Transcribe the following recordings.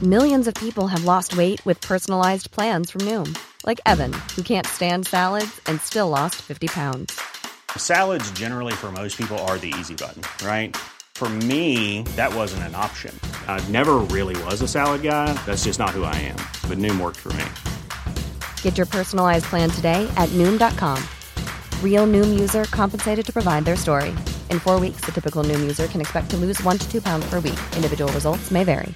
Millions of people have lost weight with personalized plans from Noom. Like Evan, who can't stand salads and still lost 50 pounds. Salads generally for most people are the easy button, right? For me, that wasn't an option. I never really was a salad guy. That's just not who I am. But Noom worked for me. Get your personalized plan today at Noom.com. Real Noom user compensated to provide their story. In 4 weeks, the typical Noom user can expect to lose 1 to 2 pounds per week. Individual results may vary.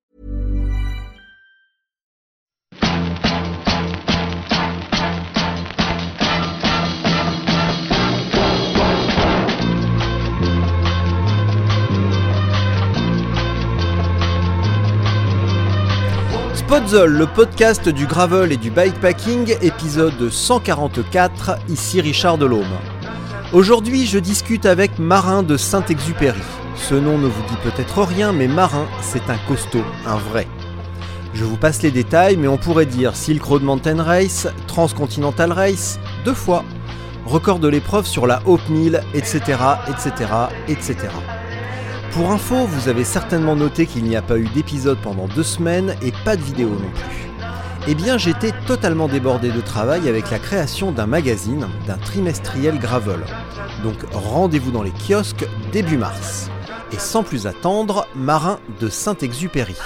Podzol, le podcast du gravel et du bikepacking, épisode 144, ici Richard Delhomme. Aujourd'hui, je discute avec Marin de Saint-Exupéry. Ce nom ne vous dit peut-être rien, mais Marin, c'est un costaud, un vrai. Je vous passe les détails, mais on pourrait dire Silk Road Mountain Race, Transcontinental Race, 2 fois, record de l'épreuve sur la Hope 1000, etc., etc., etc. Pour info, vous avez certainement noté qu'il n'y a pas eu d'épisode pendant 2 semaines et pas de vidéo non plus. Eh bien, j'étais totalement débordé de travail avec la création d'un magazine, d'un trimestriel gravel. Donc rendez-vous dans les kiosques début mars. Et sans plus attendre, Marin de Saint-Exupéry.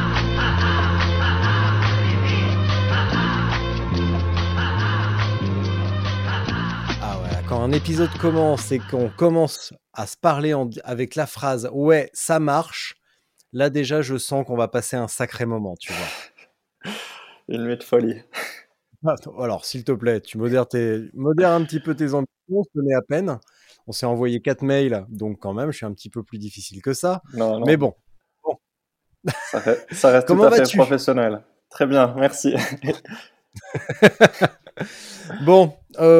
Quand un épisode commence et qu'on commence à se parler avec la phrase « ouais, ça marche », là déjà je sens qu'on va passer un sacré moment, tu vois. Une nuit de folie. Alors, s'il te plaît, tu modères un petit peu tes ambitions, on se connaît à peine. On s'est envoyé 4 mails, donc quand même, je suis un petit peu plus difficile que ça. Non. Mais bon. Ça reste tout à fait professionnel. Très bien, merci. Bon,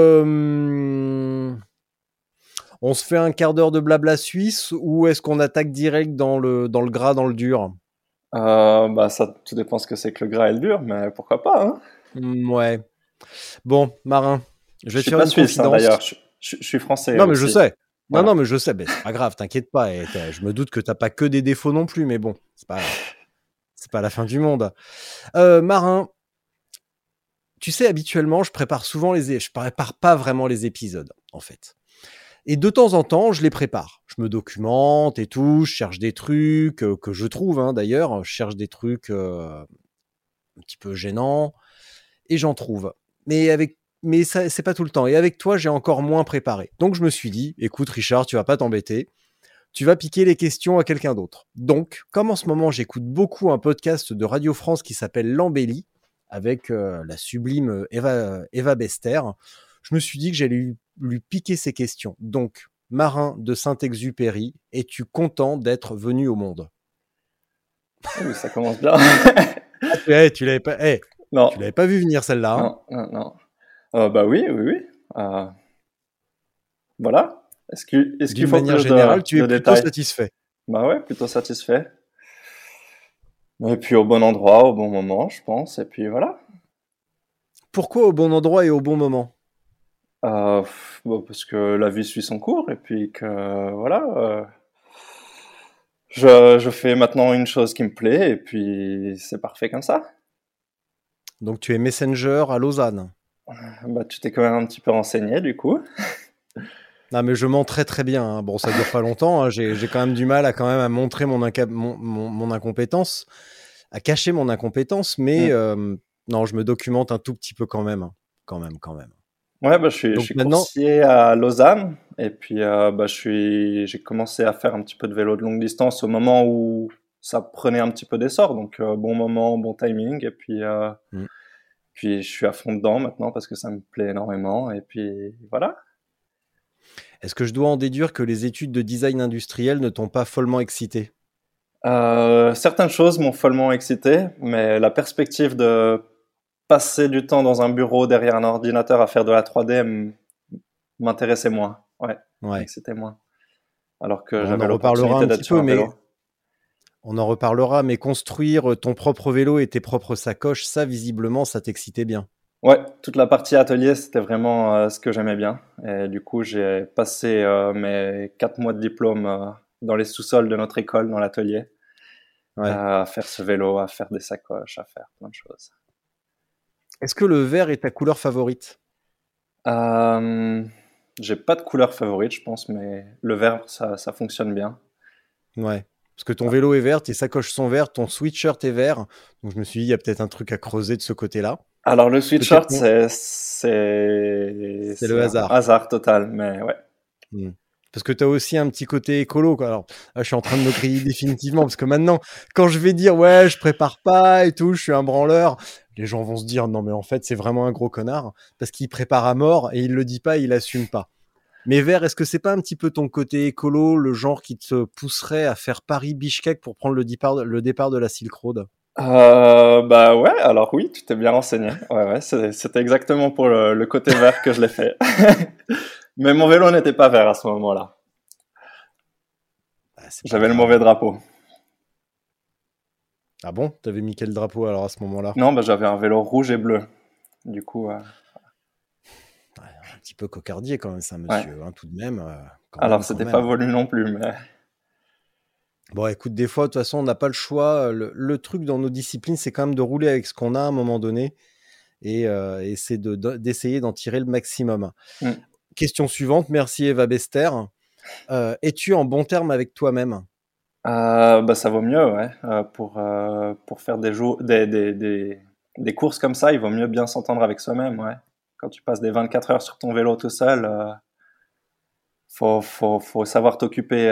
on se fait un quart d'heure de blabla suisse ou est-ce qu'on attaque direct dans le gras, dans le dur ? Ça tout dépend ce que c'est que le gras et le dur, mais pourquoi pas, hein ? Ouais. Bon, Marin, je vais te faire une suisse, confidence. D'ailleurs, je suis français. Non, mais aussi. je sais. Voilà. Non, mais je sais. C'est pas grave, t'inquiète pas. Et je me doute que t'as pas que des défauts non plus, mais bon, c'est pas la fin du monde. Marin. Tu sais, habituellement, je prépare pas vraiment les épisodes, en fait. Et de temps en temps, je les prépare. Je me documente et tout, je cherche des trucs que je trouve, d'ailleurs. Je cherche des trucs un petit peu gênants et j'en trouve. Mais ça, c'est pas tout le temps. Et avec toi, j'ai encore moins préparé. Donc, je me suis dit, écoute, Richard, tu vas pas t'embêter. Tu vas piquer les questions à quelqu'un d'autre. Donc, comme en ce moment, j'écoute beaucoup un podcast de Radio France qui s'appelle L'Embellie, avec la sublime Eva Bester, je me suis dit que j'allais lui piquer ses questions. Donc, Marin de Saint-Exupéry, es-tu content d'être venu au monde ? Oui, ça commence bien. Tu l'avais pas, non. Tu l'avais pas vu venir celle-là. Non. Oui. Voilà. Est-ce qu'il faut manière plus générale, tu es plutôt détails ? satisfait. Bah ouais, plutôt satisfait. Et puis au bon endroit, au bon moment, je pense. Et puis voilà. Pourquoi au bon endroit et au bon moment ? Parce que la vie suit son cours et puis que voilà. Je fais maintenant une chose qui me plaît et puis c'est parfait comme ça. Donc tu es messenger à Lausanne. Tu t'es quand même un petit peu renseigné du coup. Non mais je mens très très bien. Hein. Bon, ça dure pas longtemps. Hein. J'ai quand même du mal à montrer mon incompétence, à cacher mon incompétence, mais non, je me documente un tout petit peu quand même. Quand même. Ouais, je suis coursier à Lausanne et puis j'ai commencé à faire un petit peu de vélo de longue distance au moment où ça prenait un petit peu d'essor, donc bon moment, bon timing et puis puis je suis à fond dedans maintenant parce que ça me plaît énormément et puis voilà. Est-ce que je dois en déduire que les études de design industriel ne t'ont pas follement excité ? Certaines choses m'ont follement excité, mais la perspective de passer du temps dans un bureau derrière un ordinateur à faire de la 3D m'intéressait moins. Ouais. C'était moins. Alors que j'avais l'opportunité d'être sur un vélo. On en reparlera, mais construire ton propre vélo et tes propres sacoches, ça, visiblement, ça t'excitait bien. Ouais, toute la partie atelier, c'était vraiment ce que j'aimais bien. Et du coup, j'ai passé mes 4 mois de diplôme dans les sous-sols de notre école, dans l'atelier. à faire ce vélo, à faire des sacoches, à faire plein de choses. Est-ce que le vert est ta couleur favorite? J'ai pas de couleur favorite, je pense, mais le vert, ça fonctionne bien. Ouais. Parce que ton vélo est vert, tes sacoches sont vertes, ton sweatshirt est vert. Donc je me suis dit, il y a peut-être un truc à creuser de ce côté-là. Alors le sweatshirt, c'est le un hasard. hasard total, mais ouais. Parce que tu as aussi un petit côté écolo, quoi. Alors, là, je suis en train de me griller définitivement, parce que maintenant, quand je vais dire, ouais, je prépare pas et tout, je suis un branleur, les gens vont se dire, non, mais en fait, c'est vraiment un gros connard, parce qu'il prépare à mort et il le dit pas, il assume pas. Mais Vert, est-ce que c'est pas un petit peu ton côté écolo, le genre qui te pousserait à faire Paris-Bishkek pour prendre le départ de la Silk Road? Bah ouais, alors oui, tu t'es bien renseigné. Ouais, c'était exactement pour le côté vert que je l'ai fait. Mais mon vélo n'était pas vert à ce moment-là. J'avais le mauvais drapeau. Ah bon? T'avais mis quel drapeau alors à ce moment-là? Non, bah j'avais un vélo rouge et bleu. Du coup. Un petit peu cocardier quand même, ça, monsieur, hein, tout de même. Alors, c'était pas voulu non plus, mais. Bon, écoute, des fois, de toute façon, on n'a pas le choix. Le truc dans nos disciplines, c'est quand même de rouler avec ce qu'on a à un moment donné et c'est d'essayer d'en tirer le maximum. Question suivante, merci Eva Bester. Es-tu en bon terme avec toi-même? Bah, ça vaut mieux, ouais. Pour faire des courses comme ça, il vaut mieux bien s'entendre avec soi-même, ouais. Quand tu passes des 24 heures sur ton vélo tout seul, faut savoir t'occuper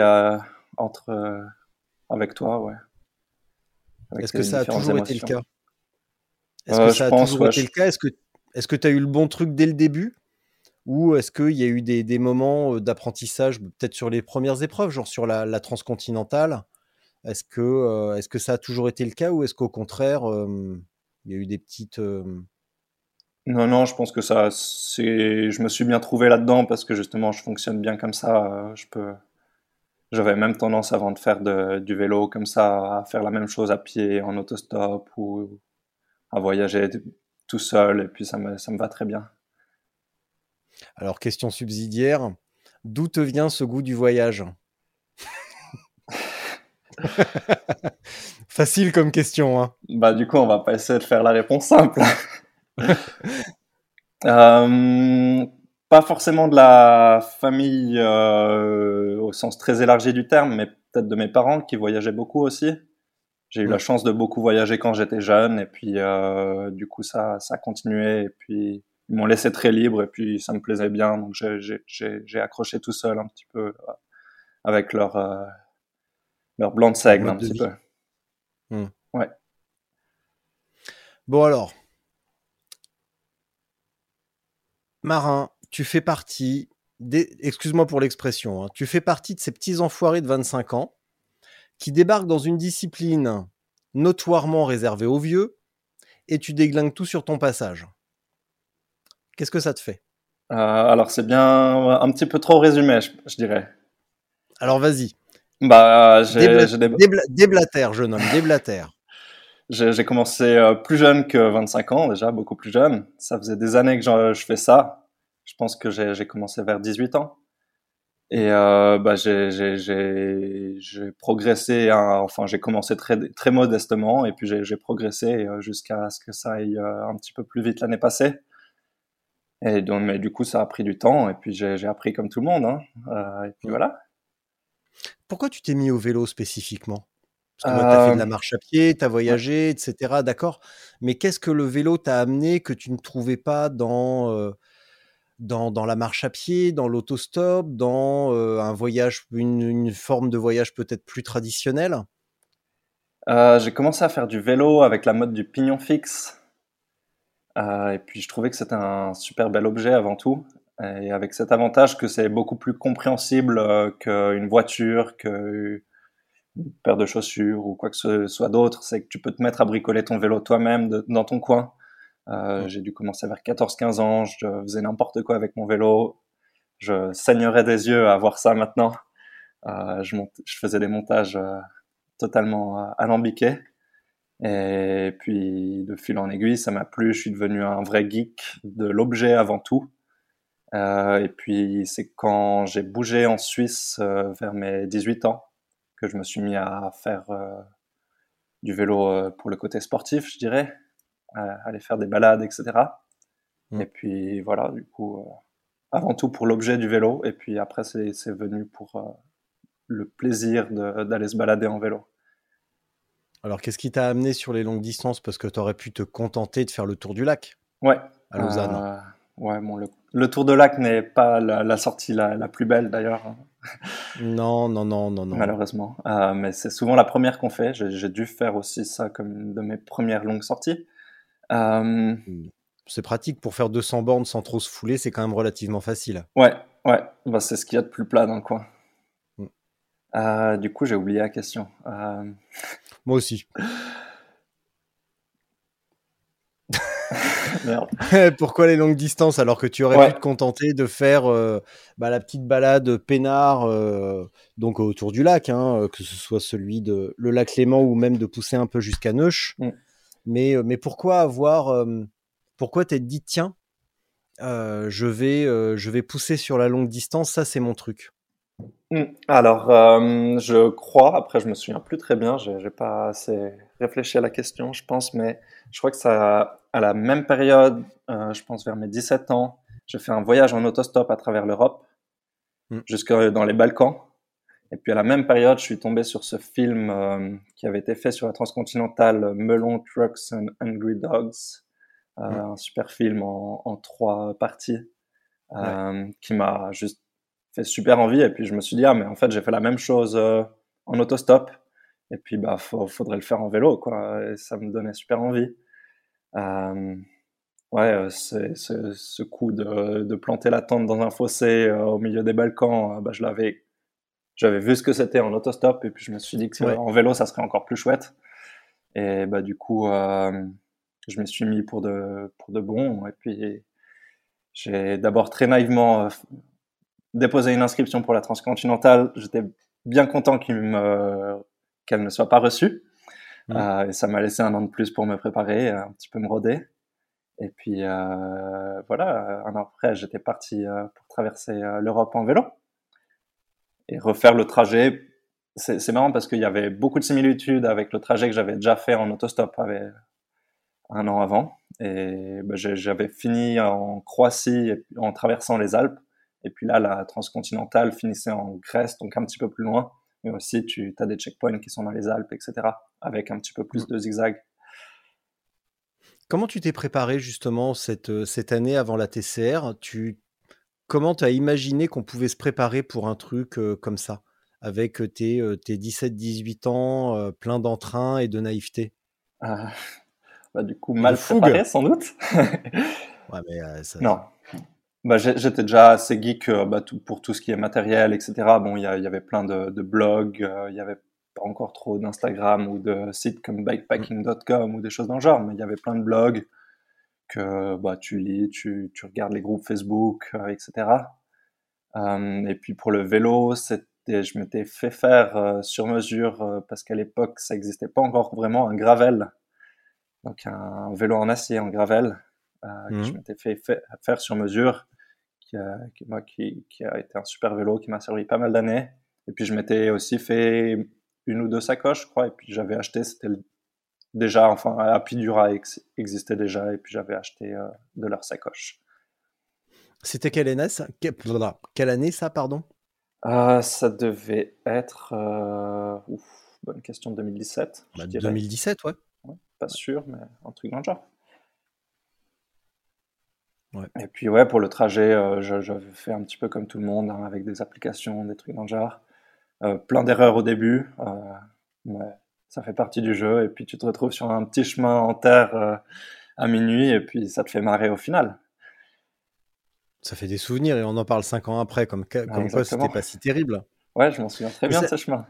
avec toi, ouais. Est-ce que ça a toujours été le cas? Est-ce que ça a toujours été le cas? Est-ce que tu as eu le bon truc dès le début? Ou est-ce qu'il y a eu des moments d'apprentissage, peut-être sur les premières épreuves, genre sur la transcontinentale? Est-ce que ça a toujours été le cas ou est-ce qu'au contraire, il y a eu des petites... Non, je pense que je me suis bien trouvé là-dedans parce que justement, je fonctionne bien comme ça. J'avais même tendance avant de faire du vélo comme ça à faire la même chose à pied, en autostop ou à voyager tout seul et puis ça me va très bien. Alors, question subsidiaire, d'où te vient ce goût du voyage? Facile comme question, hein. Bah du coup, on va pas essayer de faire la réponse simple. Pas forcément de la famille au sens très élargi du terme, mais peut-être de mes parents qui voyageaient beaucoup aussi. J'ai eu la chance de beaucoup voyager quand j'étais jeune et puis du coup ça a continué et puis ils m'ont laissé très libre et puis ça me plaisait bien donc j'ai accroché tout seul un petit peu avec leur blanc de seigle un petit peu. Ouais. Bon alors, Marin, tu fais partie excuse-moi pour l'expression, hein, tu fais partie de ces petits enfoirés de 25 ans qui débarquent dans une discipline notoirement réservée aux vieux et tu déglingues tout sur ton passage. Qu'est-ce que ça te fait? Alors c'est bien un petit peu trop résumé, je dirais. Alors vas-y. Bah, déblatère, jeune homme, déblatère. J'ai commencé plus jeune que 25 ans déjà, beaucoup plus jeune. Ça faisait des années que je fais ça. Je pense que j'ai commencé vers 18 ans. Et bah j'ai progressé, enfin j'ai commencé très modestement et puis j'ai progressé jusqu'à ce que ça aille un petit peu plus vite l'année passée. Et donc mais du coup ça a pris du temps et puis j'ai appris comme tout le monde, hein. Et puis voilà. Pourquoi tu t'es mis au vélo spécifiquement? Parce que tu as fait de la marche à pied, tu as voyagé, etc. D'accord. Mais qu'est-ce que le vélo t'a amené que tu ne trouvais pas dans la marche à pied, dans l'autostop, dans un voyage, une forme de voyage peut-être plus traditionnelle? J'ai commencé à faire du vélo avec la mode du pignon fixe. Et puis je trouvais que c'était un super bel objet avant tout. Et avec cet avantage que c'est beaucoup plus compréhensible qu'une voiture, qu'une paire de chaussures ou quoi que ce soit d'autre. C'est que tu peux te mettre à bricoler ton vélo toi-même dans ton coin. J'ai dû commencer vers 14-15 ans. Je faisais n'importe quoi avec mon vélo. Je saignerais des yeux à voir ça maintenant. Je faisais des montages totalement alambiqués. Et puis, de fil en aiguille, ça m'a plu. Je suis devenu un vrai geek de l'objet avant tout. Et puis, c'est quand j'ai bougé en Suisse vers mes 18 ans que je me suis mis à faire du vélo pour le côté sportif, je dirais, aller faire des balades, etc. Et puis voilà, du coup, avant tout pour l'objet du vélo, et puis après c'est venu pour le plaisir d'aller se balader en vélo. Alors, qu'est-ce qui t'a amené sur les longues distances? Parce que tu aurais pu te contenter de faire le tour du lac Ouais. à Lausanne. Ouais, bon, le tour de lac n'est pas la sortie la plus belle d'ailleurs, hein. Non. Malheureusement. Mais c'est souvent la première qu'on fait. J'ai dû faire aussi ça comme une de mes premières longues sorties. C'est pratique pour faire 200 bornes sans trop se fouler, c'est quand même relativement facile. Ouais. Bah, c'est ce qu'il y a de plus plat dans le coin. Du coup, j'ai oublié la question. Moi aussi. Merde. Pourquoi les longues distances alors que tu aurais pu te contenter de faire la petite balade peinard donc autour du lac, hein, que ce soit celui de le lac Léman ou même de pousser un peu jusqu'à Neuch. Mais pourquoi pourquoi t'être dit tiens, je vais pousser sur la longue distance, ça c'est mon truc. Alors, je crois, après je me souviens plus très bien, j'ai pas assez réfléchi à la question, je pense, mais je crois que ça, à la même période, je pense vers mes 17 ans, j'ai fait un voyage en autostop à travers l'Europe, jusque dans les Balkans. Et puis à la même période, je suis tombé sur ce film qui avait été fait sur la transcontinentale, Melon Trucks and Hungry Dogs, un super film en 3 parties, qui m'a juste fait super envie. Et puis je me suis dit, mais en fait j'ai fait la même chose en autostop, et puis faudrait le faire en vélo, quoi. Et ça me donnait super envie. C'est ce coup de planter la tente dans un fossé au milieu des Balkans, j'avais vu ce que c'était en autostop, et puis je me suis dit que en vélo ça serait encore plus chouette. Et du coup je m'y suis mis pour de bon. Et puis j'ai d'abord très naïvement déposé une inscription pour la transcontinentale. J'étais bien content qu'elle ne soit pas reçue. Et ça m'a laissé un an de plus pour me préparer, un petit peu me roder. Et puis voilà, un an après, j'étais parti pour traverser l'Europe en vélo et refaire le trajet. C'est marrant parce qu'il y avait beaucoup de similitudes avec le trajet que j'avais déjà fait en autostop un an avant. Et j'avais fini en Croatie en traversant les Alpes. Et puis là, la transcontinentale finissait en Grèce, donc un petit peu plus loin. Mais aussi, tu as des checkpoints qui sont dans les Alpes, etc., avec un petit peu plus de zigzags. Comment tu t'es préparé justement cette année avant la TCR? Comment tu as imaginé qu'on pouvait se préparer pour un truc comme ça, avec tes 17-18 ans, plein d'entrain et de naïveté? Du coup, mal préparé, sans doute. Ouais, mais ça... Non. J'étais déjà assez geek pour tout ce qui est matériel, etc. Bon, il y avait plein de blogs, il y avait pas encore trop d'Instagram ou de sites comme bikepacking.com ou des choses dans le genre, mais il y avait plein de blogs que tu lis, tu regardes les groupes Facebook, etc. Et puis pour le vélo, je m'étais fait faire sur mesure parce qu'à l'époque, ça n'existait pas encore vraiment un gravel, donc un vélo en acier en gravel que je m'étais fait faire sur mesure, qui a été un super vélo qui m'a servi pas mal d'années. Et puis je m'étais aussi fait 1 ou 2 sacoches, je crois, et puis j'avais acheté, déjà, enfin, Apidura existait déjà, et puis j'avais acheté de leurs sacoches. C'était quelle année ça? Quelle année ça, pardon? Ça devait être bonne question, 2017. 2017, ouais. Pas sûr, mais un truc dans le genre. Ouais. Et puis pour le trajet, j'avais fait un petit peu comme tout le monde, hein, avec des applications, des trucs dans le genre. Plein d'erreurs au début, mais ça fait partie du jeu. Et puis tu te retrouves sur un petit chemin en terre à minuit, et puis ça te fait marrer au final. Ça fait des souvenirs, et on en parle 5 ans après, comme quoi c'était pas si terrible. Ouais, je m'en souviens très bien de ce chemin.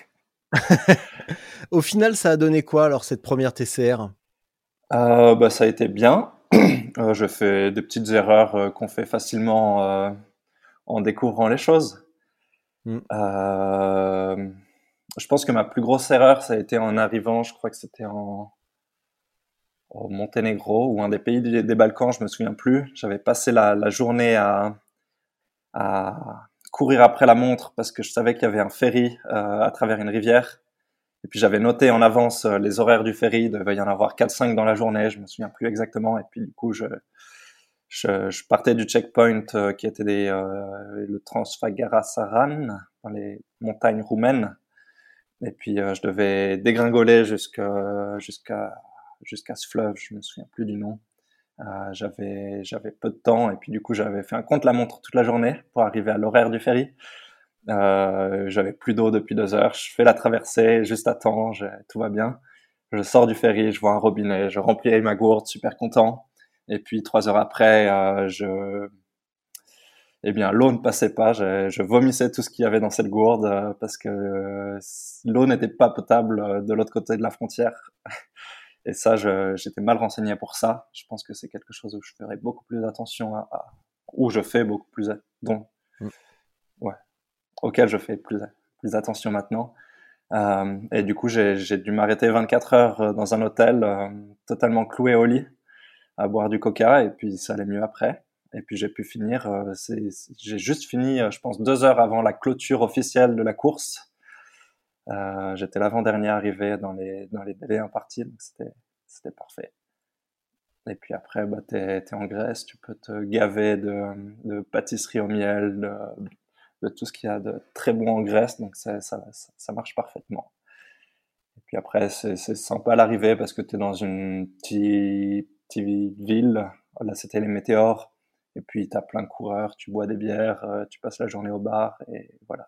Au final, ça a donné quoi alors, cette première TCR? Ça a été bien. Je fais des petites erreurs qu'on fait facilement en découvrant les choses. Je pense que ma plus grosse erreur, ça a été en arrivant, je crois que c'était au Monténégro ou un des pays des Balkans, je me souviens plus. J'avais passé la journée à courir après la montre parce que je savais qu'il y avait un ferry à travers une rivière. Et puis j'avais noté en avance les horaires du ferry, il devait y en avoir 4-5 dans la journée, je me souviens plus exactement. Et puis du coup, je partais du checkpoint qui était le Transfagarasaran, dans les montagnes roumaines. Et puis je devais dégringoler jusqu'à ce fleuve, je me souviens plus du nom. J'avais peu de temps et puis du coup j'avais fait un contre-la-montre toute la journée pour arriver à l'horaire du ferry. J'avais plus d'eau depuis 2 heures, je fais la traversée juste à temps, tout va bien. Je sors du ferry, je vois un robinet, je remplis ma gourde, super content. Et puis 3 heures après, l'eau ne passait pas. Je vomissais tout ce qu'il y avait dans cette gourde parce que l'eau n'était pas potable de l'autre côté de la frontière. Et ça, j'étais mal renseigné pour ça. Je pense que c'est quelque chose où je ferai beaucoup plus attention où je fais beaucoup plus auquel je fais plus attention maintenant. Et du coup, j'ai dû m'arrêter 24 heures dans un hôtel totalement cloué au lit à boire du coca et puis ça allait mieux après. Et puis j'ai pu finir, j'ai juste fini, je pense 2 heures avant la clôture officielle de la course. J'étais l'avant-dernier arrivé dans les délais impartis, donc c'était parfait. Et puis après, t'es en Grèce, tu peux te gaver de pâtisserie au miel, de tout ce qu'il y a de très bon en Grèce, donc ça marche parfaitement. Et puis après, c'est sympa à l'arrivée parce que t'es dans une petite ville. Là, c'était les météores. Et puis, t'as plein de coureurs, tu bois des bières, tu passes la journée au bar, et voilà.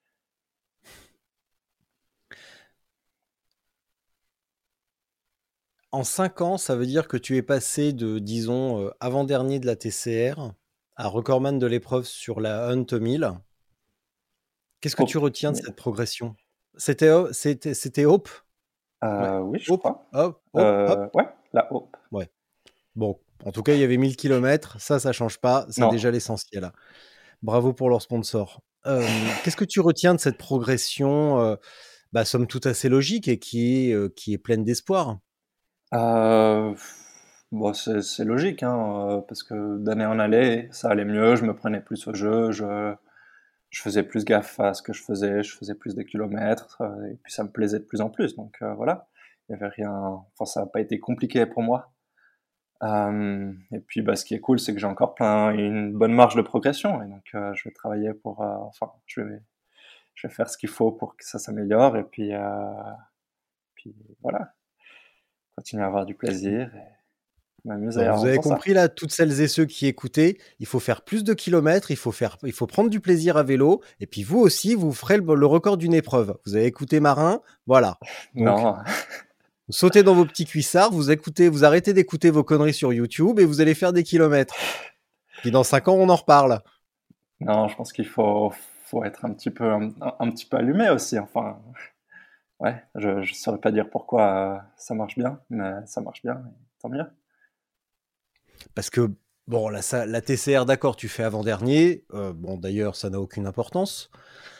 En 5 ans, ça veut dire que tu es passé de, disons, avant-dernier de la TCR à recordman de l'épreuve sur la Hunt 1000. Qu'est-ce que tu retiens de cette progression? C'était Hope? Oui, je crois. Ouais, la Hope. Ouais. Bon, en tout cas, il y avait 1000 km, ça change pas, c'est déjà l'essentiel. Bravo pour leur sponsor. Qu'est-ce que tu retiens de cette progression, somme toute assez logique et qui est pleine d'espoir? C'est logique, parce que d'année en année, ça allait mieux, je me prenais plus au jeu, je faisais plus gaffe à ce que je faisais plus de kilomètres, et puis ça me plaisait de plus en plus, donc voilà. Il y avait rien, enfin ça n'a pas été compliqué pour moi. Et puis ce qui est cool, c'est que j'ai encore une bonne marge de progression, et donc je vais travailler pour, je vais faire ce qu'il faut pour que ça s'améliore, et puis voilà, continuer à avoir du plaisir et m'amuser. Vous avez compris là, toutes celles et ceux qui écoutaient, il faut faire plus de kilomètres, il faut prendre du plaisir à vélo, et puis vous aussi, vous ferez le record d'une épreuve. Vous avez écouté Marin, voilà. Donc, non. Vous sautez dans vos petits cuissards, vous arrêtez d'écouter vos conneries sur YouTube et vous allez faire des kilomètres. Puis dans 5 ans, on en reparle. Non, je pense qu'il faut être un petit peu allumé aussi. Enfin, ouais, je saurais pas dire pourquoi ça marche bien, mais ça marche bien, tant mieux. Parce que, bon, la TCR, d'accord, tu fais avant-dernier. Bon, d'ailleurs, ça n'a aucune importance.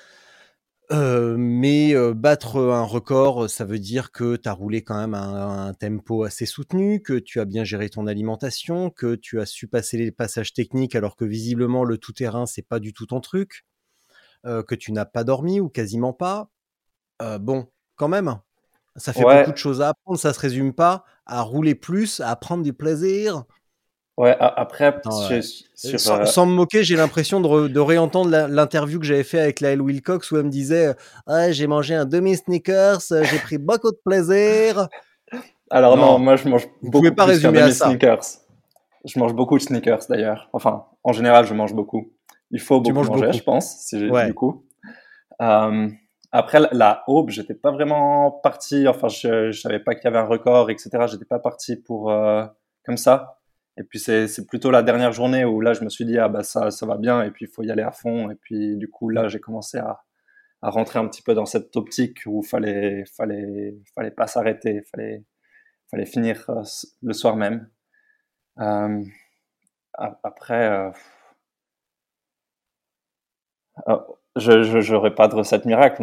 Mais battre un record, ça veut dire que tu as roulé quand même à un tempo assez soutenu, que tu as bien géré ton alimentation, que tu as su passer les passages techniques alors que visiblement le tout-terrain, c'est pas du tout ton truc, que tu n'as pas dormi ou quasiment pas. Bon, quand même, ça fait beaucoup de choses à apprendre, ça se résume pas à rouler plus, à prendre du plaisir. Ouais, après, sans me moquer, j'ai l'impression de réentendre l'interview que j'avais fait avec Lael Wilcox où elle me disait j'ai mangé un demi-sneakers, j'ai pris beaucoup de plaisir. Alors non, moi je mange beaucoup pas plus qu'un demi-sneakers. Je mange beaucoup de sneakers d'ailleurs. Enfin, en général, je mange beaucoup. Il faut beaucoup manger, je pense, du coup. Après, la Aube, j'étais pas vraiment parti. Enfin, je savais pas qu'il y avait un record, etc. J'étais pas parti pour comme ça. Et puis c'est plutôt la dernière journée où là je me suis dit ça va bien et puis il faut y aller à fond. Et puis du coup là j'ai commencé à rentrer un petit peu dans cette optique où fallait pas s'arrêter, fallait finir le soir même. Après j'aurais pas de recette miracle.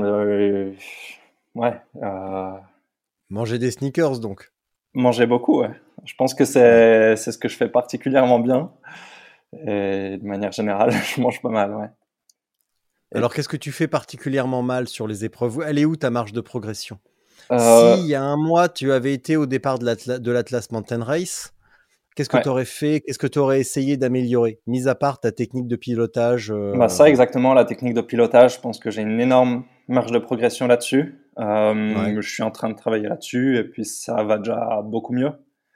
Manger des sneakers donc. Manger beaucoup, ouais. Je pense que c'est ce que je fais particulièrement bien. Et de manière générale, je mange pas mal, ouais. Alors, qu'est-ce que tu fais particulièrement mal sur les épreuves? Elle est où ta marge de progression? S'il y a un mois, tu avais été au départ de l'Atlas Mountain Race, qu'est-ce que tu aurais fait? Qu'est-ce que tu aurais essayé d'améliorer, mis à part ta technique de pilotage? Ça, exactement, la technique de pilotage, je pense que j'ai une énorme marge de progression là-dessus. Je suis en train de travailler là-dessus et puis ça va déjà beaucoup mieux.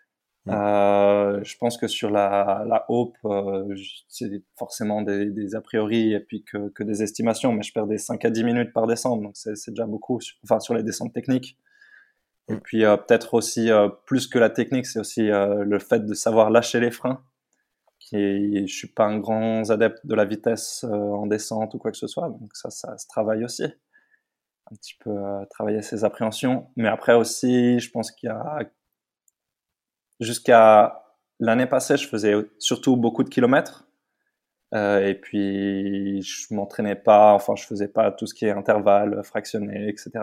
Je pense que sur la Hope, c'est forcément des a priori et puis que des estimations, mais je perds des 5 à 10 minutes par descente, donc c'est déjà beaucoup, sur les descentes techniques. Et puis peut-être aussi, plus que la technique, c'est aussi le fait de savoir lâcher les freins. Je suis pas un grand adepte de la vitesse en descente ou quoi que ce soit, donc ça se travaille aussi. Un petit peu travailler ses appréhensions. Mais après aussi, je pense qu'il y a... Jusqu'à l'année passée, je faisais surtout beaucoup de kilomètres. Et puis, je m'entraînais pas, je faisais pas tout ce qui est intervalle, fractionné, etc.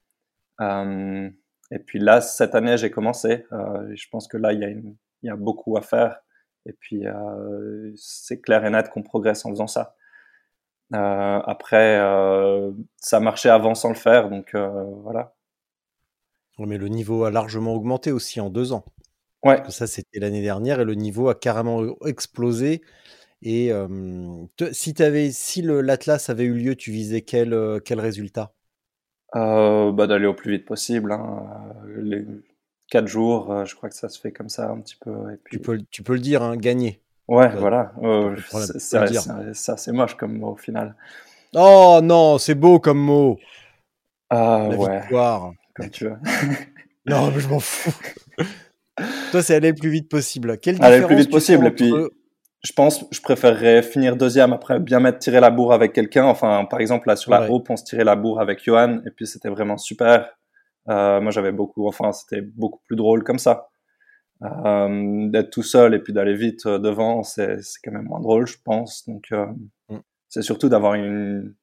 Et puis là, cette année, j'ai commencé. Je pense que là, il y a beaucoup à faire. Et puis, c'est clair et net qu'on progresse en faisant ça. Après, ça marchait avant sans le faire, donc voilà. Mais le niveau a largement augmenté aussi en 2 ans. Ouais. Parce que ça, c'était l'année dernière et le niveau a carrément explosé. Et si l'Atlas avait eu lieu, tu visais quel résultat? D'aller au plus vite possible. Les 4 jours, je crois que ça se fait comme ça un petit peu. Et puis... tu peux le dire, hein, gagner. Ouais, voilà. C'est assez moche comme mot au final. Oh non, c'est beau comme mot. La ouais. victoire. Comme tu veux. Non, mais je m'en fous. Toi, c'est aller le plus vite possible. Quelle aller différence le plus vite possible. Et puis, je pense, je préférerais finir deuxième après bien tirer la bourre avec quelqu'un. Enfin, par exemple, là, sur la Hope, on se tirait la bourre avec Johan. Et puis, c'était vraiment super. Moi, c'était beaucoup plus drôle comme ça. D'être tout seul et puis d'aller vite devant, c'est quand même moins drôle, je pense. Donc, c'est surtout d'avoir un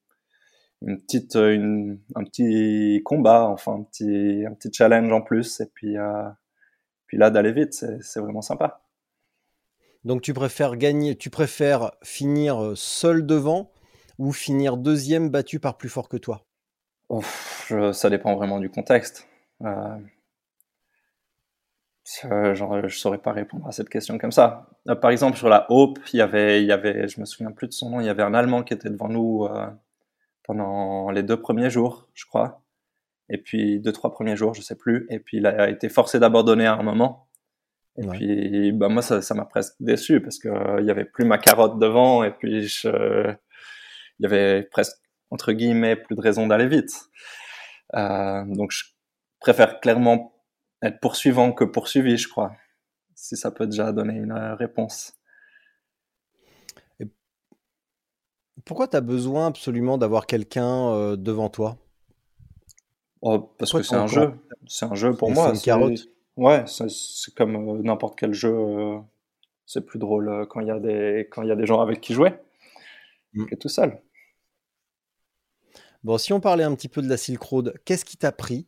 petit combat, un petit challenge en plus. Et puis là, d'aller vite, c'est vraiment sympa. Donc, tu préfères finir seul devant ou finir deuxième battu par plus fort que toi? Ça dépend vraiment du contexte. Je saurais pas répondre à cette question comme ça. Par exemple, sur la Hope, il y avait, je me souviens plus de son nom, il y avait un Allemand qui était devant nous pendant les 2 premiers jours, je crois. Et puis 2-3 premiers jours, je sais plus. Et puis il a été forcé d'abandonner à un moment. Et puis moi, ça m'a presque déçu parce que il y avait plus ma carotte devant et puis il y avait presque, entre guillemets, plus de raison d'aller vite. Donc je préfère clairement être poursuivant que poursuivi, je crois, si ça peut déjà donner une réponse. Et pourquoi tu as besoin absolument d'avoir quelqu'un devant toi? Parce que c'est un jeu. C'est un jeu pour moi. C'est une carotte. Ouais, c'est comme n'importe quel jeu. C'est plus drôle quand il y a des gens avec qui jouer que tout seul. Bon, si on parlait un petit peu de la Silk Road, qu'est-ce qui t'a pris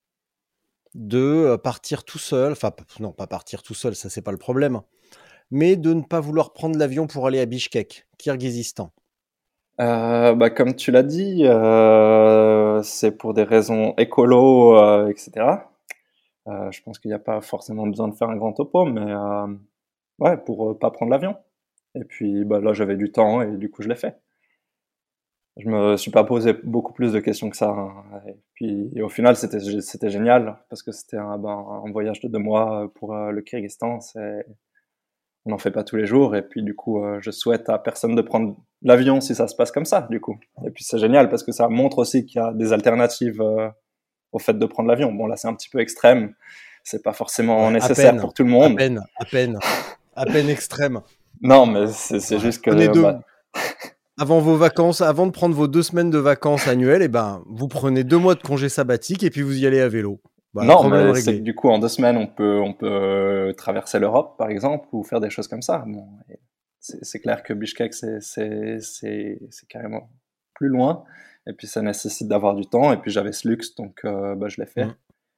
de partir tout seul? Enfin, non, pas partir tout seul, ça c'est pas le problème, mais de ne pas vouloir prendre l'avion pour aller à Bishkek, Kirghizistan? Comme tu l'as dit, c'est pour des raisons écolo, etc. Je pense qu'il n'y a pas forcément besoin de faire un grand topo, mais ouais, pour pas prendre l'avion. Et puis là, j'avais du temps et du coup, je l'ai fait. Je me suis pas posé beaucoup plus de questions que ça. Et puis au final, c'était génial parce que c'était un voyage de 2 mois pour le Kyrgyzstan. On n'en fait pas tous les jours. Et puis du coup, je souhaite à personne de prendre l'avion si ça se passe comme ça, du coup. Et puis c'est génial parce que ça montre aussi qu'il y a des alternatives au fait de prendre l'avion. Bon, là, c'est un petit peu extrême. C'est pas forcément nécessaire pour tout le monde. À peine extrême. Non, mais c'est juste que... Avant vos vacances, avant de prendre vos 2 semaines de vacances annuelles, vous prenez 2 mois de congé sabbatique et puis vous y allez à vélo. Non, mais c'est que du coup, en 2 semaines, on peut traverser l'Europe, par exemple, ou faire des choses comme ça. Bon, c'est clair que Bishkek, c'est carrément plus loin. Et puis, ça nécessite d'avoir du temps. Et puis, j'avais ce luxe, donc je l'ai fait.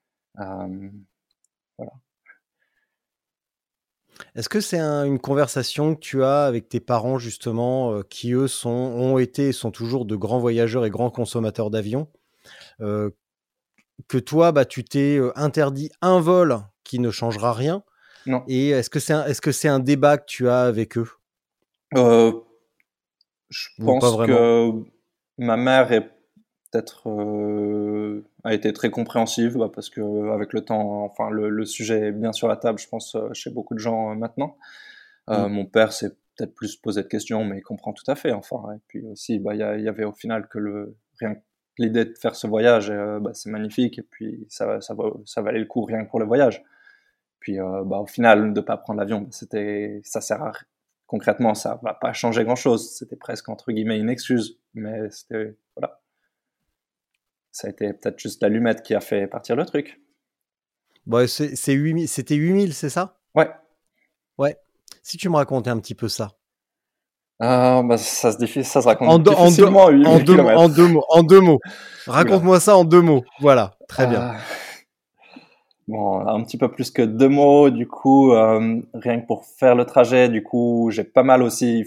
Voilà. Est-ce que c'est une conversation que tu as avec tes parents, justement, qui, eux, ont été et sont toujours de grands voyageurs et grands consommateurs d'avions, que toi, bah, tu t'es interdit un vol qui ne changera rien. Non. Et est-ce que c'est un débat que tu as avec eux? Je Ou pas pense vraiment? que ma mère est peut-être a été très compréhensive, bah, parce que avec le temps, enfin le sujet est bien sur la table, je pense, chez beaucoup de gens maintenant. Mon père s'est peut-être plus posé de questions, mais il comprend tout à fait. Enfin, et puis aussi, bah, il y avait au final que rien que l'idée de faire ce voyage, bah, c'est magnifique, et puis ça valait le coup rien que pour le voyage. Puis, bah, au final, de pas prendre l'avion, ça sert à concrètement, ça va pas changer grand-chose. C'était presque entre guillemets une excuse, mais voilà, ça a été peut-être juste l'allumette qui a fait partir le truc. Bah, c'était 8000, c'est ça? Ouais. Ouais. Si tu me racontais un petit peu ça. Bah, ça se raconte En deux, difficilement 8000 kilomètres. En deux mots. Raconte-moi ça en 2 mots. Voilà, très bien. Bon, un petit peu plus que 2 mots, du coup, rien que pour faire le trajet, du coup, j'ai pas mal aussi,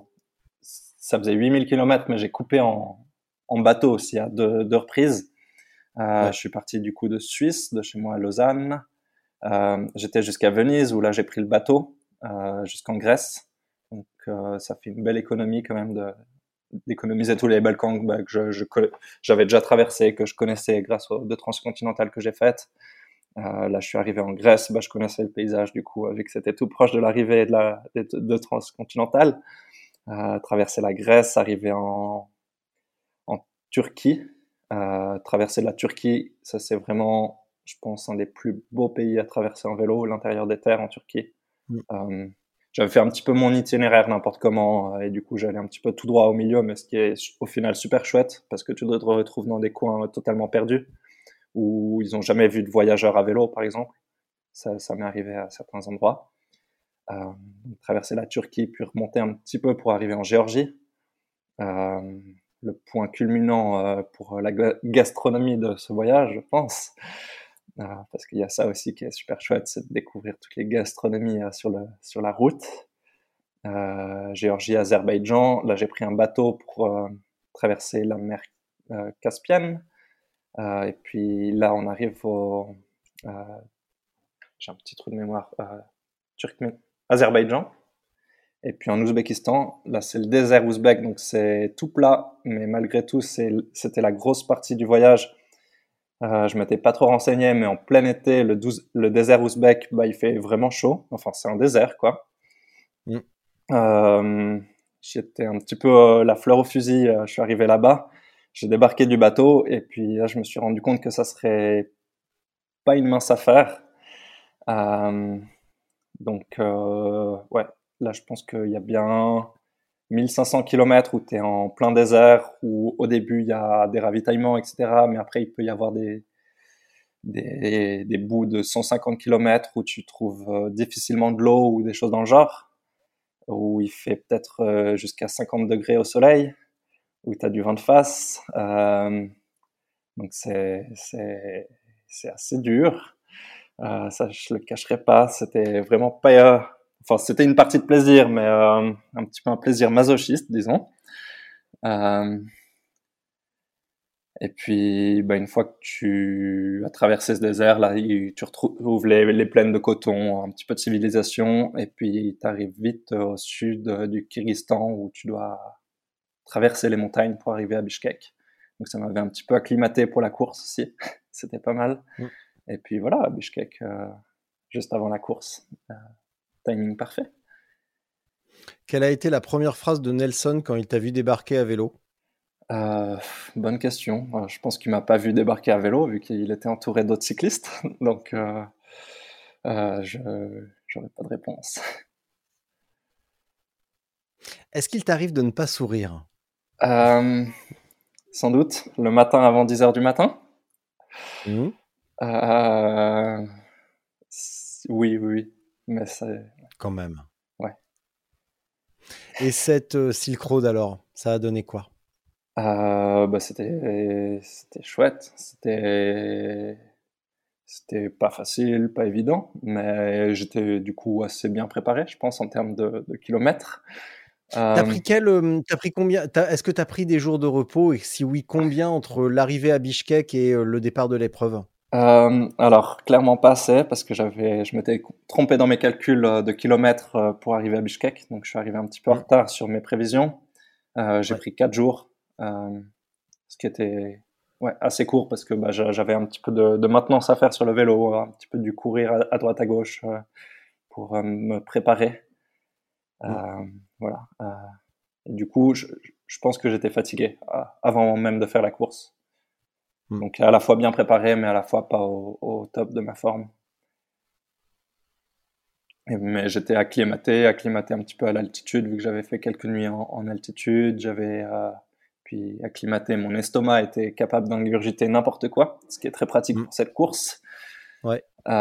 ça faisait 8000 kilomètres, mais j'ai coupé en bateau aussi à deux reprises. Ouais. Je suis parti du coup de Suisse, de chez moi à Lausanne. J'étais jusqu'à Venise où là j'ai pris le bateau jusqu'en Grèce. Donc ça fait une belle économie quand même d'économiser tous les Balkans que j'avais déjà traversé, que je connaissais grâce aux 2 transcontinentales que j'ai faites. Là je suis arrivé en Grèce, je connaissais le paysage du coup, vu que c'était tout proche de l'arrivée des 2 transcontinentales. Traverser la Grèce, arriver en Turquie. Traverser la Turquie, ça c'est vraiment, je pense, un des plus beaux pays à traverser en vélo, l'intérieur des terres en Turquie. J'avais fait un petit peu mon itinéraire n'importe comment, et du coup j'allais un petit peu tout droit au milieu, mais ce qui est au final super chouette, parce que tu te retrouves dans des coins totalement perdus, où ils n'ont jamais vu de voyageurs à vélo, par exemple. Ça m'est arrivé à certains endroits. Traverser la Turquie, puis remonter un petit peu pour arriver en Géorgie. Le point culminant pour la gastronomie de ce voyage, je pense. Parce qu'il y a ça aussi qui est super chouette, c'est de découvrir toutes les gastronomies sur la route. Géorgie, Azerbaïdjan, là j'ai pris un bateau pour traverser la mer Caspienne. Et puis là on arrive j'ai un petit trou de mémoire, Azerbaïdjan. Et puis en Ouzbékistan, là c'est le désert ouzbek, donc c'est tout plat, mais malgré tout c'était la grosse partie du voyage. Je m'étais pas trop renseigné, mais en plein été, le désert ouzbek, il fait vraiment chaud. Enfin, c'est un désert, quoi. J'étais un petit peu la fleur au fusil. Je suis arrivé là-bas, j'ai débarqué du bateau, et puis là, je me suis rendu compte que ça serait pas une mince affaire. Donc, ouais, là, je pense qu'il y a bien 1500 km où tu es en plein désert, où au début, il y a des ravitaillements, etc. Mais après, il peut y avoir des bouts de 150 km où tu trouves difficilement de l'eau ou des choses dans le genre, où il fait peut-être jusqu'à 50 degrés au soleil, où tu as du vent de face. Donc c'est assez dur. Ça, je le cacherai pas. C'était vraiment pas. Enfin, c'était une partie de plaisir, mais un petit peu un plaisir masochiste, disons. Et puis, une fois que tu as traversé ce désert, là, tu retrouves les plaines de coton, un petit peu de civilisation, et puis tu arrives vite au sud du Kyrgyzstan où tu dois traverser les montagnes pour arriver à Bishkek. Donc ça m'avait un petit peu acclimaté pour la course aussi. C'était pas mal. Et puis voilà, à Bishkek, juste avant la course. Timing parfait. Quelle a été la première phrase de Nelson quand il t'a vu débarquer à vélo? Bonne question. Je pense qu'il m'a pas vu débarquer à vélo vu qu'il était entouré d'autres cyclistes. Donc, j'aurais pas de réponse. Est-ce qu'il t'arrive de ne pas sourire? Sans doute. Le matin avant 10h du matin. Oui. Mais c'est... Quand même. Ouais. Et cette Silk Road alors, ça a donné quoi? C'était chouette. C'était pas facile, pas évident, mais j'étais du coup assez bien préparé, je pense, en termes de kilomètres. T'as pris combien? Est-ce que t'as pris des jours de repos et si oui, combien entre l'arrivée à Bichkek et le départ de l'épreuve? Alors, clairement pas assez, parce que je m'étais trompé dans mes calculs de kilomètres pour arriver à Bichkek, donc je suis arrivé un petit peu en retard sur mes prévisions. J'ai pris 4 jours, ce qui était assez court parce que j'avais un petit peu de maintenance à faire sur le vélo, un petit peu du courir à droite à gauche pour me préparer. Voilà. Et du coup, je pense que j'étais fatigué avant même de faire la course. Donc à la fois bien préparé, mais à la fois pas au top de ma forme. Mais j'étais acclimaté un petit peu à l'altitude, vu que j'avais fait quelques nuits en altitude. J'avais puis acclimaté, mon estomac était capable d'ingurgiter n'importe quoi, ce qui est très pratique pour cette course. Ouais.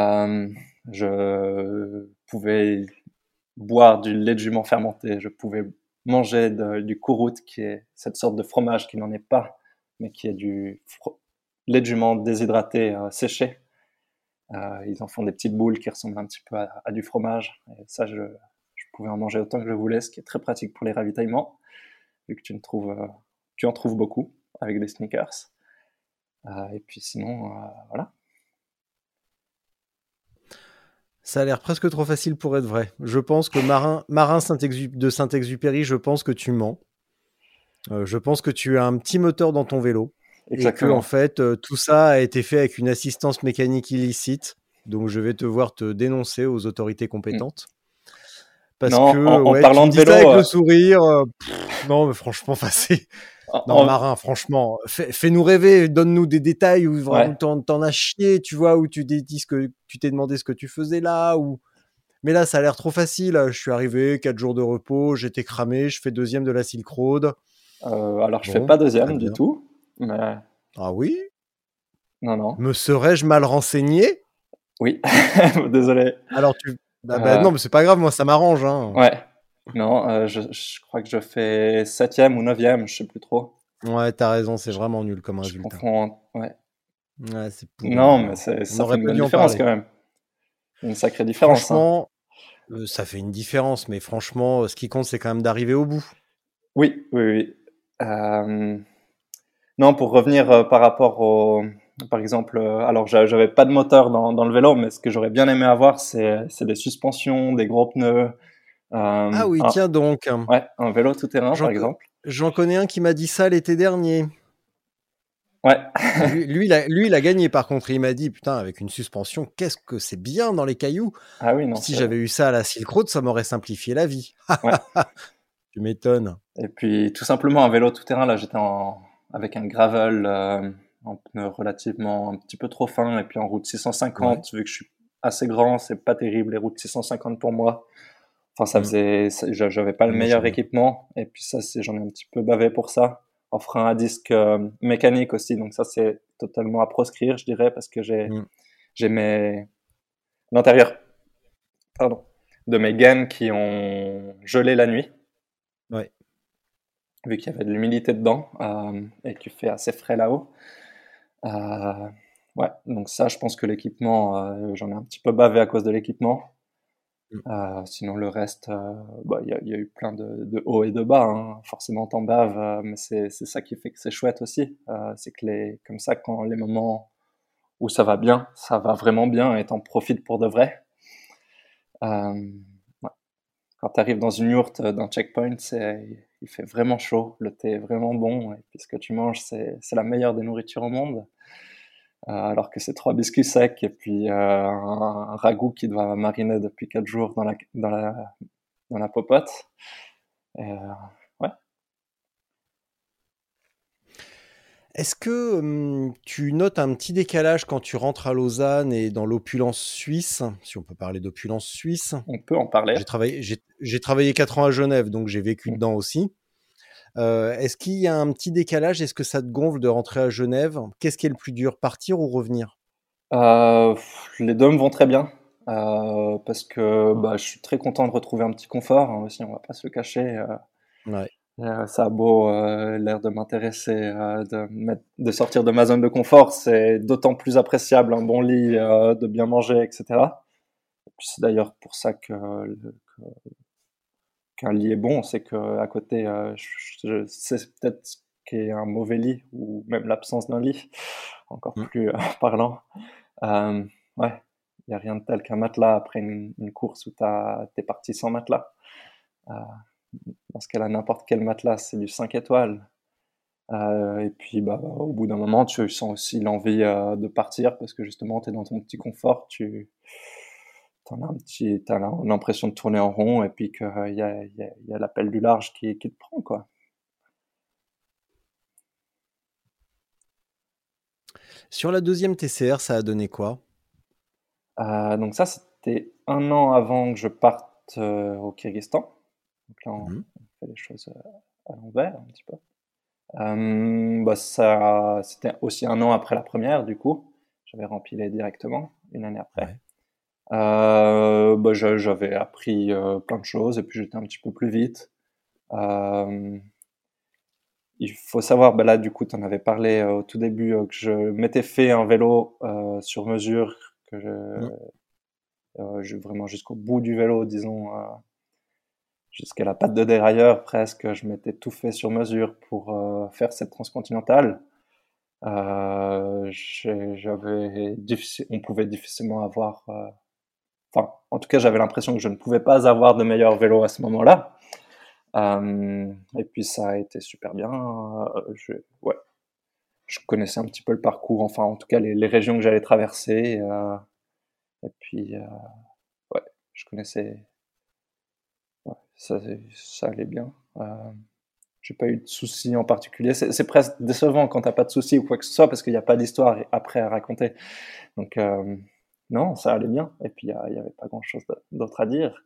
Je pouvais boire du lait de jument fermenté, je pouvais manger du kourout, qui est cette sorte de fromage qui n'en est pas, mais qui est du lait de jument déshydraté, séché. Ils en font des petites boules qui ressemblent un petit peu à du fromage. Et ça, je pouvais en manger autant que je voulais, ce qui est très pratique pour les ravitaillements, vu que tu en trouves beaucoup avec des sneakers. Et puis sinon, voilà. Ça a l'air presque trop facile pour être vrai. Je pense que marin de Saint-Exupéry, je pense que tu mens. Je pense que tu as un petit moteur dans ton vélo. Exactement. Et que en fait, tout ça a été fait avec une assistance mécanique illicite. Donc je vais te voir te dénoncer aux autorités compétentes. Parce que en parlant tu me de dis vélo, ça avec le sourire. Non, mais franchement, non, Marin, franchement, fais-nous rêver, donne-nous des détails où vraiment t'en as chié, tu vois, où tu t'es demandé ce que tu faisais là, mais là, ça a l'air trop facile. Je suis arrivé, 4 jours de repos, j'étais cramé, je fais 2e de la Silk Road. Alors, je fais pas 2e du tout, mais... Ah oui? Non. Me serais-je mal renseigné? Oui, désolé. Alors non, mais c'est pas grave, moi ça m'arrange. Hein. Ouais. Non, je crois que je fais 7e ou 9e, je sais plus trop. Ouais, t'as raison, c'est vraiment nul comme résultat. Je confonds, ouais. Ouais, c'est pourri. Non, mais ça fait une bonne différence quand même. Une sacrée différence. Franchement, ça fait une différence, mais franchement, ce qui compte, c'est quand même d'arriver au bout. Oui. Non, pour revenir par rapport par exemple, alors j'avais pas de moteur dans le vélo, mais ce que j'aurais bien aimé avoir, c'est des suspensions, des gros pneus. Ah oui, tiens donc. Ouais, un vélo tout-terrain, par exemple. J'en connais un qui m'a dit ça l'été dernier. Ouais. lui, il a gagné par contre. Il m'a dit, putain, avec une suspension, qu'est-ce que c'est bien dans les cailloux. Ah oui, non. Si j'avais eu ça à la Silk Road, ça m'aurait simplifié la vie. Ouais. Tu m'étonnes. Et puis, tout simplement, un vélo tout-terrain, là, j'étais avec un gravel, en pneu relativement un petit peu trop fin, et puis en route 650, vu que je suis assez grand, c'est pas terrible les routes 650 pour moi. Enfin, j'avais pas le meilleur équipement, et puis ça, j'en ai un petit peu bavé pour ça. En frein à disque mécanique aussi, donc ça, c'est totalement à proscrire, je dirais, parce que j'ai l'intérieur, de mes gaines qui ont gelé la nuit. Ouais. Vu qu'il y avait de l'humidité dedans, et qu'il fait assez frais là-haut. Ouais, donc ça, je pense que l'équipement, j'en ai un petit peu bavé à cause de l'équipement. Sinon, le reste, y a eu plein de hauts et de bas, hein. Forcément, t'en baves, mais c'est ça qui fait que c'est chouette aussi. C'est que comme ça, quand les moments où ça va bien, ça va vraiment bien et t'en profites pour de vrai. Quand t'arrives dans une yourte d'un checkpoint, il fait vraiment chaud, le thé est vraiment bon, et puis ce que tu manges, c'est la meilleure des nourritures au monde. Alors que c'est 3 biscuits secs et puis un ragoût qui doit mariner depuis 4 jours dans la popote. Ouais. Est-ce que tu notes un petit décalage quand tu rentres à Lausanne et dans l'opulence suisse, si on peut parler d'opulence suisse? On peut en parler. J'ai travaillé 4 ans à Genève, donc j'ai vécu dedans aussi. Est-ce qu'il y a un petit décalage? Est-ce que ça te gonfle de rentrer à Genève? Qu'est-ce qui est le plus dur, partir ou revenir? Les deux me vont très bien, parce que je suis très content de retrouver un petit confort, hein, aussi, on va pas se le cacher. Ouais. Ça a beau l'air de m'intéresser, de sortir de ma zone de confort, c'est d'autant plus appréciable un bon lit, de bien manger, etc. Et puis c'est d'ailleurs pour ça que qu'un lit est bon, c'est qu'à côté, c'est peut-être ce qu'est un mauvais lit ou même l'absence d'un lit, encore plus parlant. Ouais, il n'y a rien de tel qu'un matelas après une course où t'es parti sans matelas. Dans ce cas-là, n'importe quel matelas, c'est du 5 étoiles. Et puis, au bout d'un moment, tu sens aussi l'envie de partir parce que justement, tu es dans ton petit confort, t'as l'impression de tourner en rond et puis qu'il y a l'appel du large qui te prend, quoi. Sur la deuxième TCR, ça a donné quoi? Donc ça, c'était 1 an avant que je parte au Kyrgyzstan. Donc là, on fait les choses à l'envers un petit peu. C'était aussi 1 an après la première, du coup. J'avais rempilé directement, une année après. Ouais. J'avais appris plein de choses et puis j'étais un petit peu plus vite. Il faut savoir, là, du coup, tu en avais parlé au tout début, que je m'étais fait un vélo sur mesure, que vraiment jusqu'au bout du vélo, disons, jusqu'à la patte de dérailleur presque, je m'étais tout fait sur mesure pour faire cette transcontinentale. On pouvait difficilement avoir... en tout cas, j'avais l'impression que je ne pouvais pas avoir de meilleur vélo à ce moment-là. Et puis, ça a été super bien. Je connaissais un petit peu le parcours, enfin, en tout cas, les régions que j'allais traverser. Et puis, je connaissais... Ouais, ça allait bien. J'ai pas eu de soucis en particulier. C'est presque décevant quand t'as pas de soucis ou quoi que ce soit parce qu'il n'y a pas d'histoire après à raconter. Donc non, ça allait bien. Et puis il y avait pas grand chose d'autre à dire.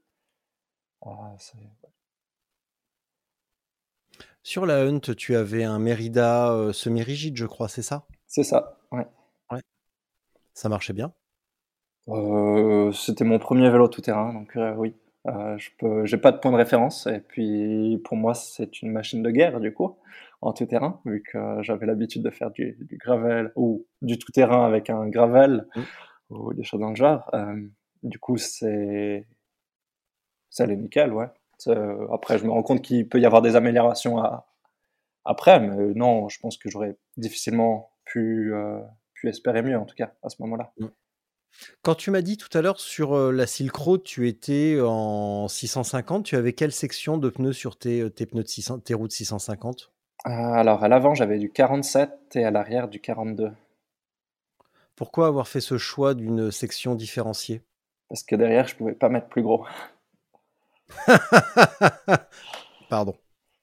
Sur la Hunt, tu avais un Merida semi-rigide, je crois, c'est ça? C'est ça, ouais. Ça marchait bien? C'était mon premier vélo tout-terrain, donc oui. J'ai pas de point de référence et puis pour moi c'est une machine de guerre du coup en tout-terrain vu que j'avais l'habitude de faire du gravel ou du tout-terrain avec un gravel ou des choses dans le genre. Du coup ça allait nickel, ouais. Après je me rends compte qu'il peut y avoir des améliorations après, mais non, je pense que j'aurais difficilement pu espérer mieux en tout cas à ce moment-là. Quand tu m'as dit tout à l'heure sur la Silk Road, tu étais en 650, tu avais quelle section de pneus sur tes pneus de 600, tes routes 650? Alors à l'avant j'avais du 47 et à l'arrière du 42. Pourquoi avoir fait ce choix d'une section différenciée? Parce que derrière je pouvais pas mettre plus gros. Pardon.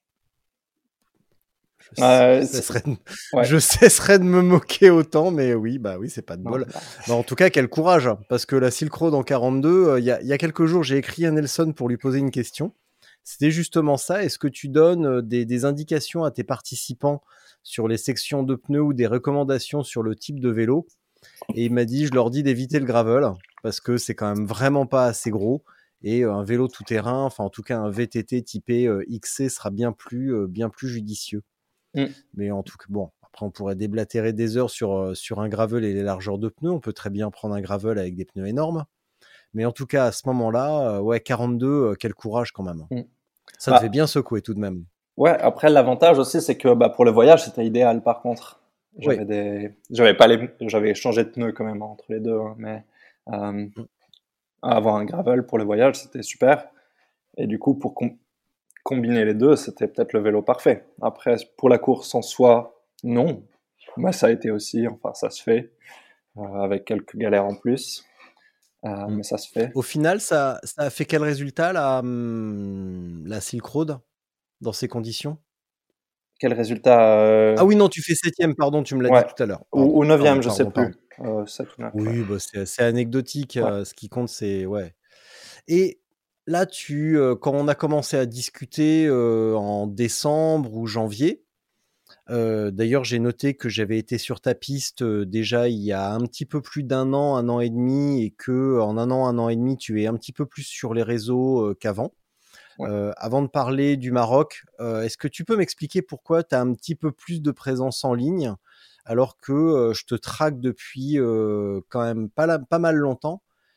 Je cesserai de me moquer autant, mais oui, c'est pas de bol. En tout cas, quel courage, parce que la Silk Road en 42, il y a quelques jours, j'ai écrit à Nelson pour lui poser une question. C'était justement ça. Est-ce que tu donnes des indications à tes participants sur les sections de pneus ou des recommandations sur le type de vélo? Et il m'a dit, je leur dis d'éviter le gravel, parce que c'est quand même vraiment pas assez gros. Et un vélo tout-terrain, enfin en tout cas un VTT typé XC sera bien plus judicieux. Mais en tout cas, bon, après on pourrait déblatérer des heures sur un gravel et les largeurs de pneus. On peut très bien prendre un gravel avec des pneus énormes. Mais en tout cas, à ce moment-là, 42, quel courage quand même. Ça devait bien secouer tout de même. Ouais, après l'avantage aussi, c'est que pour le voyage, c'était idéal par contre. J'avais changé de pneus quand même entre les deux, hein, mais avoir un gravel pour le voyage, c'était super. Et du coup, pour combiner les deux, c'était peut-être le vélo parfait. Après, pour la course en soi, non. Mais ça a été aussi, enfin, ça se fait, avec quelques galères en plus. Mais ça se fait. Au final, ça a fait quel résultat, la Silk Road, dans ces conditions? Quel résultat Ah oui, non, tu fais 7e, pardon, tu me l'as dit tout à l'heure. Ou 9e, je sais plus. 7 ou 9, oui, c'est anecdotique. Ce qui compte, c'est... Ouais. Et là, quand on a commencé à discuter en décembre ou janvier, d'ailleurs, j'ai noté que j'avais été sur ta piste déjà il y a un petit peu plus d'un an, 1 an et demi, et que en 1 an et demi, tu es un petit peu plus sur les réseaux qu'avant. Avant de parler du Maroc, est-ce que tu peux m'expliquer pourquoi tu as un petit peu plus de présence en ligne alors que je te traque depuis quand même pas mal longtemps?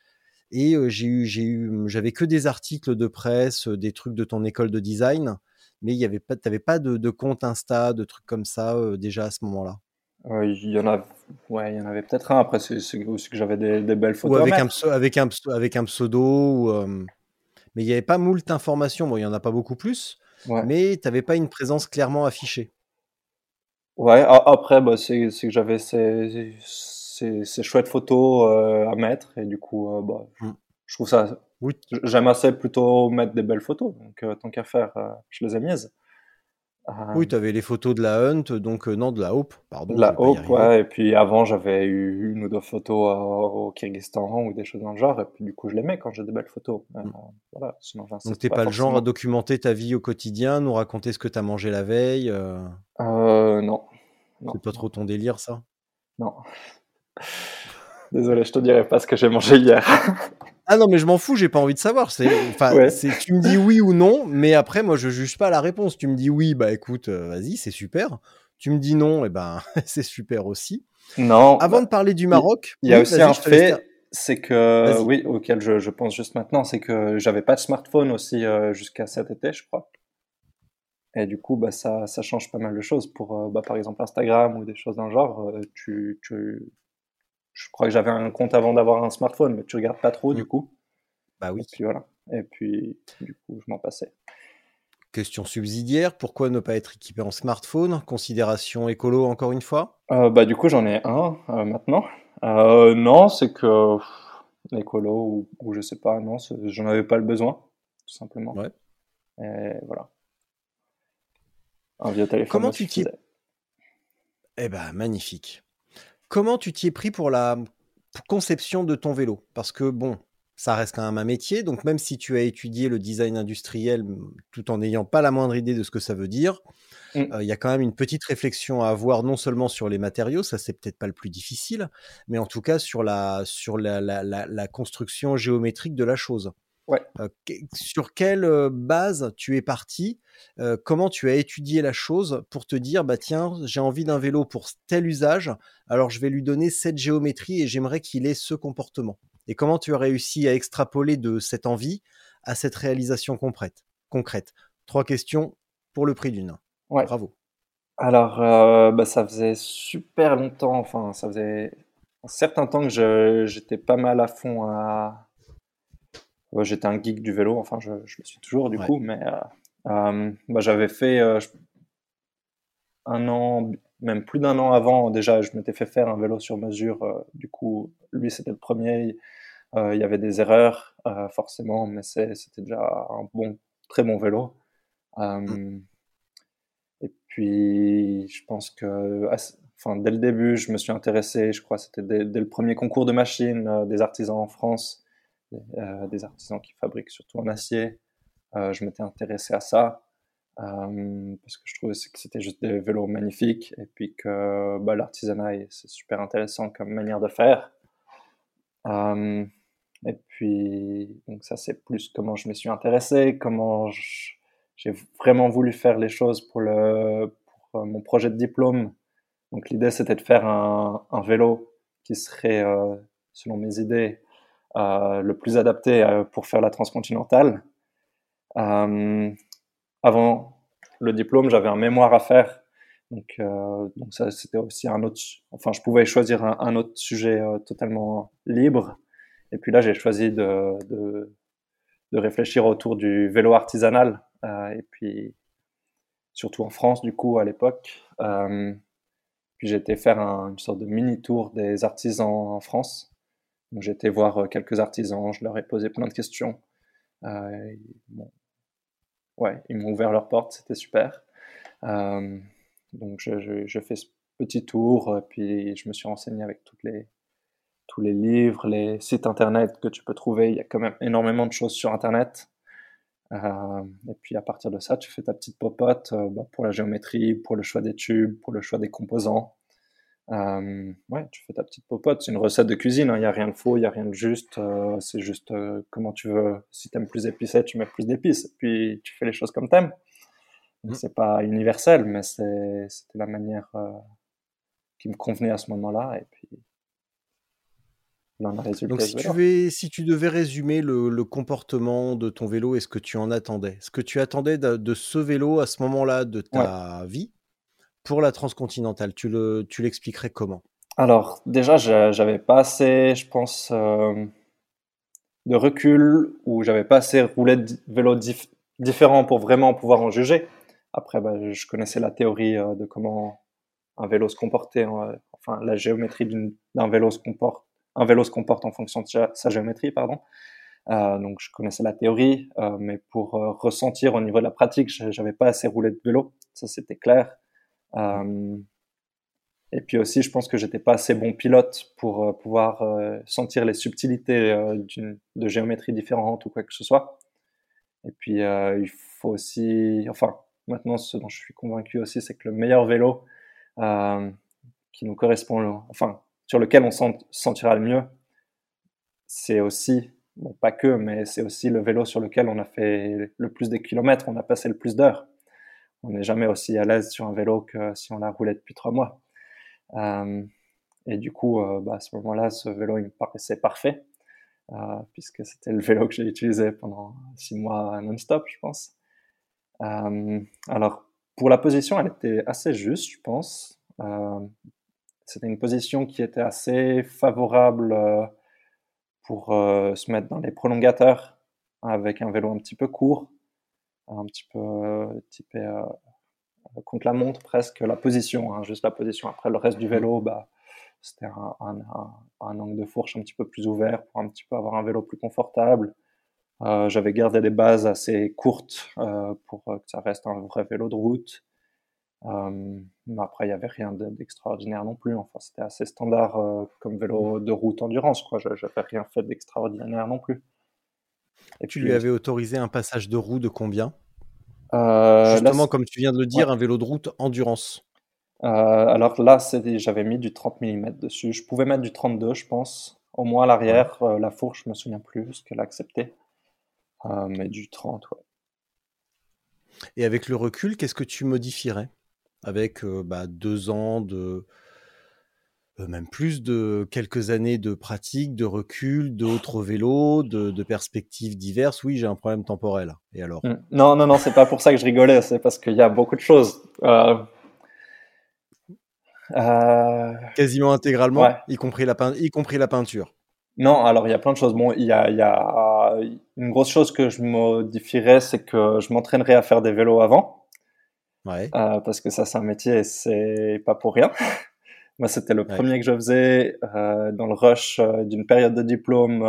Et j'avais que des articles de presse, des trucs de ton école de design, mais t'avais pas de compte Insta, de trucs comme ça déjà à ce moment-là. Il y en a, ouais, il y en avait peut-être un. Après, c'est aussi que j'avais des belles Ou photos à mettre. avec un pseudo, mais il n'y avait pas moult informations. Bon, il y en a pas beaucoup plus, Ouais. mais t'avais pas une présence clairement affichée. Ouais, après, bah, c'est que j'avais ces chouettes photos à mettre, et du coup, bah, Mm. je trouve ça. Oui, J'aime assez plutôt mettre des belles photos, donc tant qu'à faire, je les ai mises. oui, Euh, t'avais les photos de la Hunt, donc non, de la Hope, de pardon, je la vais pas y Hope, arriver. ouais, et puis avant, j'avais eu une ou deux photos au Kyrgyzstan ou des choses dans le genre, et puis du coup, je les mets quand j'ai des belles photos. Mm. Voilà, sinon, Donc j'insiste t'es pas pas le genre à forcément. documenter ta vie au quotidien, nous raconter ce que t'as mangé la veille. Non, C'est non, pas non, trop ton délire, ça? non. Désolé, je te dirai pas ce que j'ai mangé hier. Ah non, mais je m'en fous, j'ai pas envie de savoir. Ouais. Tu me dis oui ou non, mais après, moi, je juge pas la réponse. Tu me dis oui, bah écoute, vas-y, c'est super. Tu me dis non, et ben, c'est super aussi. Non, Avant de bah, parler du il Maroc, il y a oui, aussi vas-y, un je te laisse dire. fait, c'est que, Vas-y. oui, auquel je pense juste maintenant, c'est que j'avais pas de smartphone aussi jusqu'à cet été, je crois. Et du coup, bah, ça change pas mal de choses pour, bah, par exemple, Instagram ou des choses dans le genre. Je crois que j'avais un compte avant d'avoir un smartphone, mais tu regardes pas trop Mm. du coup. Bah Et oui. puis voilà. Et puis, du coup, je m'en passais. Question subsidiaire, pourquoi ne pas être équipé en smartphone? Considération écolo, encore une fois? Bah, du coup, j'en ai un maintenant. Non, c'est que écolo ou je sais pas, non, j'en avais pas le besoin, tout simplement. Ouais. Et voilà, un vieux téléphone Comment me tu t'y suffisait. Eh ben, magnifique. Comment tu t'y es pris pour la conception de ton vélo? Parce que bon, ça reste quand même un métier, donc même si tu as étudié le design industriel, tout en n'ayant pas la moindre idée de ce que ça veut dire, Mm. il y a quand même une petite réflexion à avoir, non seulement sur les matériaux, ça c'est peut-être pas le plus difficile, mais en tout cas sur la construction géométrique de la chose. Ouais. Sur quelle base tu es parti? Comment tu as étudié la chose pour te dire, bah tiens, j'ai envie d'un vélo pour tel usage, alors je vais lui donner cette géométrie et j'aimerais qu'il ait ce comportement. Et comment tu as réussi à extrapoler de cette envie à cette réalisation concrète? 3 questions pour le prix d'une. Ouais. Bravo. Alors, bah, ça faisait super longtemps, enfin, ça faisait un certain temps que j'étais pas mal à fond à. Ouais, j'étais un geek du vélo, enfin, je le suis toujours du Ouais. coup, mais bah, j'avais fait un an, même plus d'un an avant, déjà, je m'étais fait faire un vélo sur mesure. Du coup, lui, c'était le premier. Il y avait des erreurs, forcément, mais c'était déjà un très bon vélo. Mm. Euh, et puis, je pense que, enfin, dès le début, je me suis intéressé. Je crois que c'était dès le premier concours de machines des artisans en France, des artisans qui fabriquent surtout en acier. Je m'étais intéressé à ça. Parce que je trouvais que c'était juste des vélos magnifiques et puis que bah, l'artisanat c'est super intéressant comme manière de faire. Euh, et puis donc ça c'est plus comment je me suis intéressé, j'ai vraiment voulu faire les choses pour mon projet de diplôme. Donc l'idée c'était de faire un vélo qui serait selon mes idées le plus adapté pour faire la transcontinentale. Euh, Avant le diplôme, j'avais un mémoire à faire. Donc ça, c'était aussi un autre. Enfin, je pouvais choisir un autre sujet totalement libre. Et puis là, j'ai choisi de réfléchir autour du vélo artisanal. Et puis, surtout en France, du coup, à l'époque. Puis j'ai été faire une sorte de mini-tour des artisans en France. Donc j'ai été voir quelques artisans, je leur ai posé plein de questions. Bon, ouais, ils m'ont ouvert leurs portes, c'était super. Euh, donc je fais ce petit tour, puis je me suis renseigné avec tous les livres, les sites internet que tu peux trouver. Il y a quand même énormément de choses sur internet. Et puis à partir de ça, tu fais ta petite popote bah, pour la géométrie, pour le choix des tubes, pour le choix des composants. Ouais, tu fais ta petite popote. C'est une recette de cuisine, hein. Il n'y a rien de faux, il n'y a rien de juste. C'est juste comment tu veux. Si tu aimes plus épicé, tu mets plus d'épices. Et puis tu fais les choses comme t'aimes. Donc Mm. c'est pas universel, mais c'était la manière qui me convenait à ce moment-là. Et puis l'un des résultats Donc, du vélo. si tu devais résumer le comportement de ton vélo et ce que tu en attendais, ce que tu attendais de ce vélo à ce moment-là de Ouais. ta vie pour la transcontinentale, tu l'expliquerais comment? Alors, déjà, j'avais pas assez, je pense, de recul, ou j'avais pas assez roulé de vélos différents pour vraiment pouvoir en juger. Après, bah, je connaissais la théorie de comment un vélo se comportait, enfin, la géométrie d'un vélo se comporte, un vélo se comporte en fonction de sa géométrie, pardon. Donc, je connaissais la théorie, mais pour ressentir au niveau de la pratique, j'avais pas assez roulé de vélo. Ça, c'était clair. Et puis aussi, je pense que j'étais pas assez bon pilote pour pouvoir sentir les subtilités de géométrie différente ou quoi que ce soit. Et puis, il faut aussi, enfin, maintenant, ce dont je suis convaincu aussi, c'est que le meilleur vélo euh, qui nous correspond, enfin, sur lequel on se sentira le mieux, c'est aussi, bon, pas que, mais c'est aussi le vélo sur lequel on a fait le plus de kilomètres, on a passé le plus d'heures. On n'est jamais aussi à l'aise sur un vélo que si on l'a roulé depuis 3 mois. Et du coup, bah, à ce moment-là, ce vélo, il me paraissait parfait, puisque c'était le vélo que j'ai utilisé pendant 6 mois non-stop, je pense. Alors, pour la position, elle était assez juste, je pense. C'était une position qui était assez favorable pour se mettre dans les prolongateurs avec un vélo un petit peu court, un petit peu typé contre la montre presque, la position, hein, juste la position. Après, le reste du vélo, bah, c'était un angle de fourche un petit peu plus ouvert pour un petit peu avoir un vélo plus confortable. J'avais gardé des bases assez courtes pour que ça reste un vrai vélo de route. Mais après, il n'y avait rien d'extraordinaire non plus. Enfin, c'était assez standard comme vélo de route endurance, quoi. J'avais rien fait d'extraordinaire non plus. Et Tu puis, lui avais autorisé un passage de roue de combien? là, Justement, comme tu viens de le ouais. dire, un vélo de route endurance. Alors là, j'avais mis du 30 mm dessus. Je pouvais mettre du 32, je pense. Au moins à Ouais. l'arrière, la fourche, je me souviens plus ce qu'elle a accepté. Mais du 30, ouais. Et avec le recul, qu'est-ce que tu modifierais? Avec 2 ans même plus de quelques années de pratique, de recul, d'autres vélos, de perspectives diverses. Oui, j'ai un problème temporel. Et alors? Non, non, non, c'est pas pour ça que je rigolais. C'est parce qu'il y a beaucoup de choses. Quasiment Ouais. intégralement, y compris la peinture. Non, alors il y a plein de choses. Bon, il y a une grosse chose que je modifierais, c'est que je m'entraînerais à faire des vélos avant, Ouais, parce que ça, c'est un métier et c'est pas pour rien. Moi, c'était le ouais, premier que je faisais dans le rush d'une période de diplôme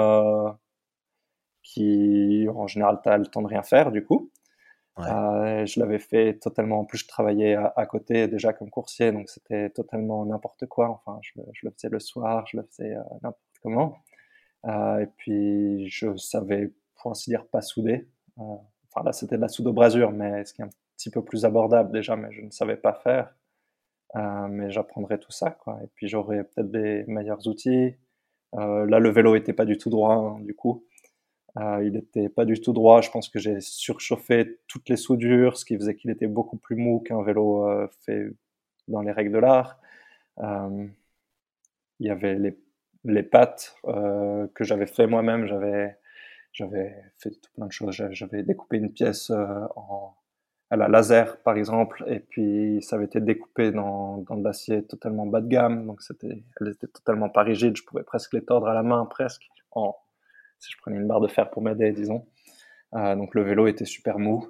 qui, en général, t'as le temps de rien faire, du coup. ouais. Je l'avais fait totalement. En plus, je travaillais à côté déjà comme coursier, donc c'était totalement n'importe quoi. Enfin, je le faisais le soir, je le faisais n'importe comment. Et puis, je savais, pour ainsi dire, pas souder. Enfin, là, c'était de la soude-brasure, mais ce qui est un petit peu plus abordable déjà, mais je ne savais pas faire. Mais j'apprendrai tout ça, quoi. Et puis, j'aurai peut-être des meilleurs outils. Là, le vélo était pas du tout droit, hein, du coup. Il était pas du tout droit. Je pense que j'ai surchauffé toutes les soudures, ce qui faisait qu'il était beaucoup plus mou qu'un vélo fait dans les règles de l'art. Euh, il y avait les pattes que j'avais fait moi-même. J'avais fait tout plein de choses. J'avais découpé une pièce à la laser, par exemple, et puis ça avait été découpé dans de l'acier totalement bas de gamme. Donc elles étaient totalement pas rigides. Je pouvais presque les tordre à la main, presque, si je prenais une barre de fer pour m'aider, disons. Donc le vélo était super mou.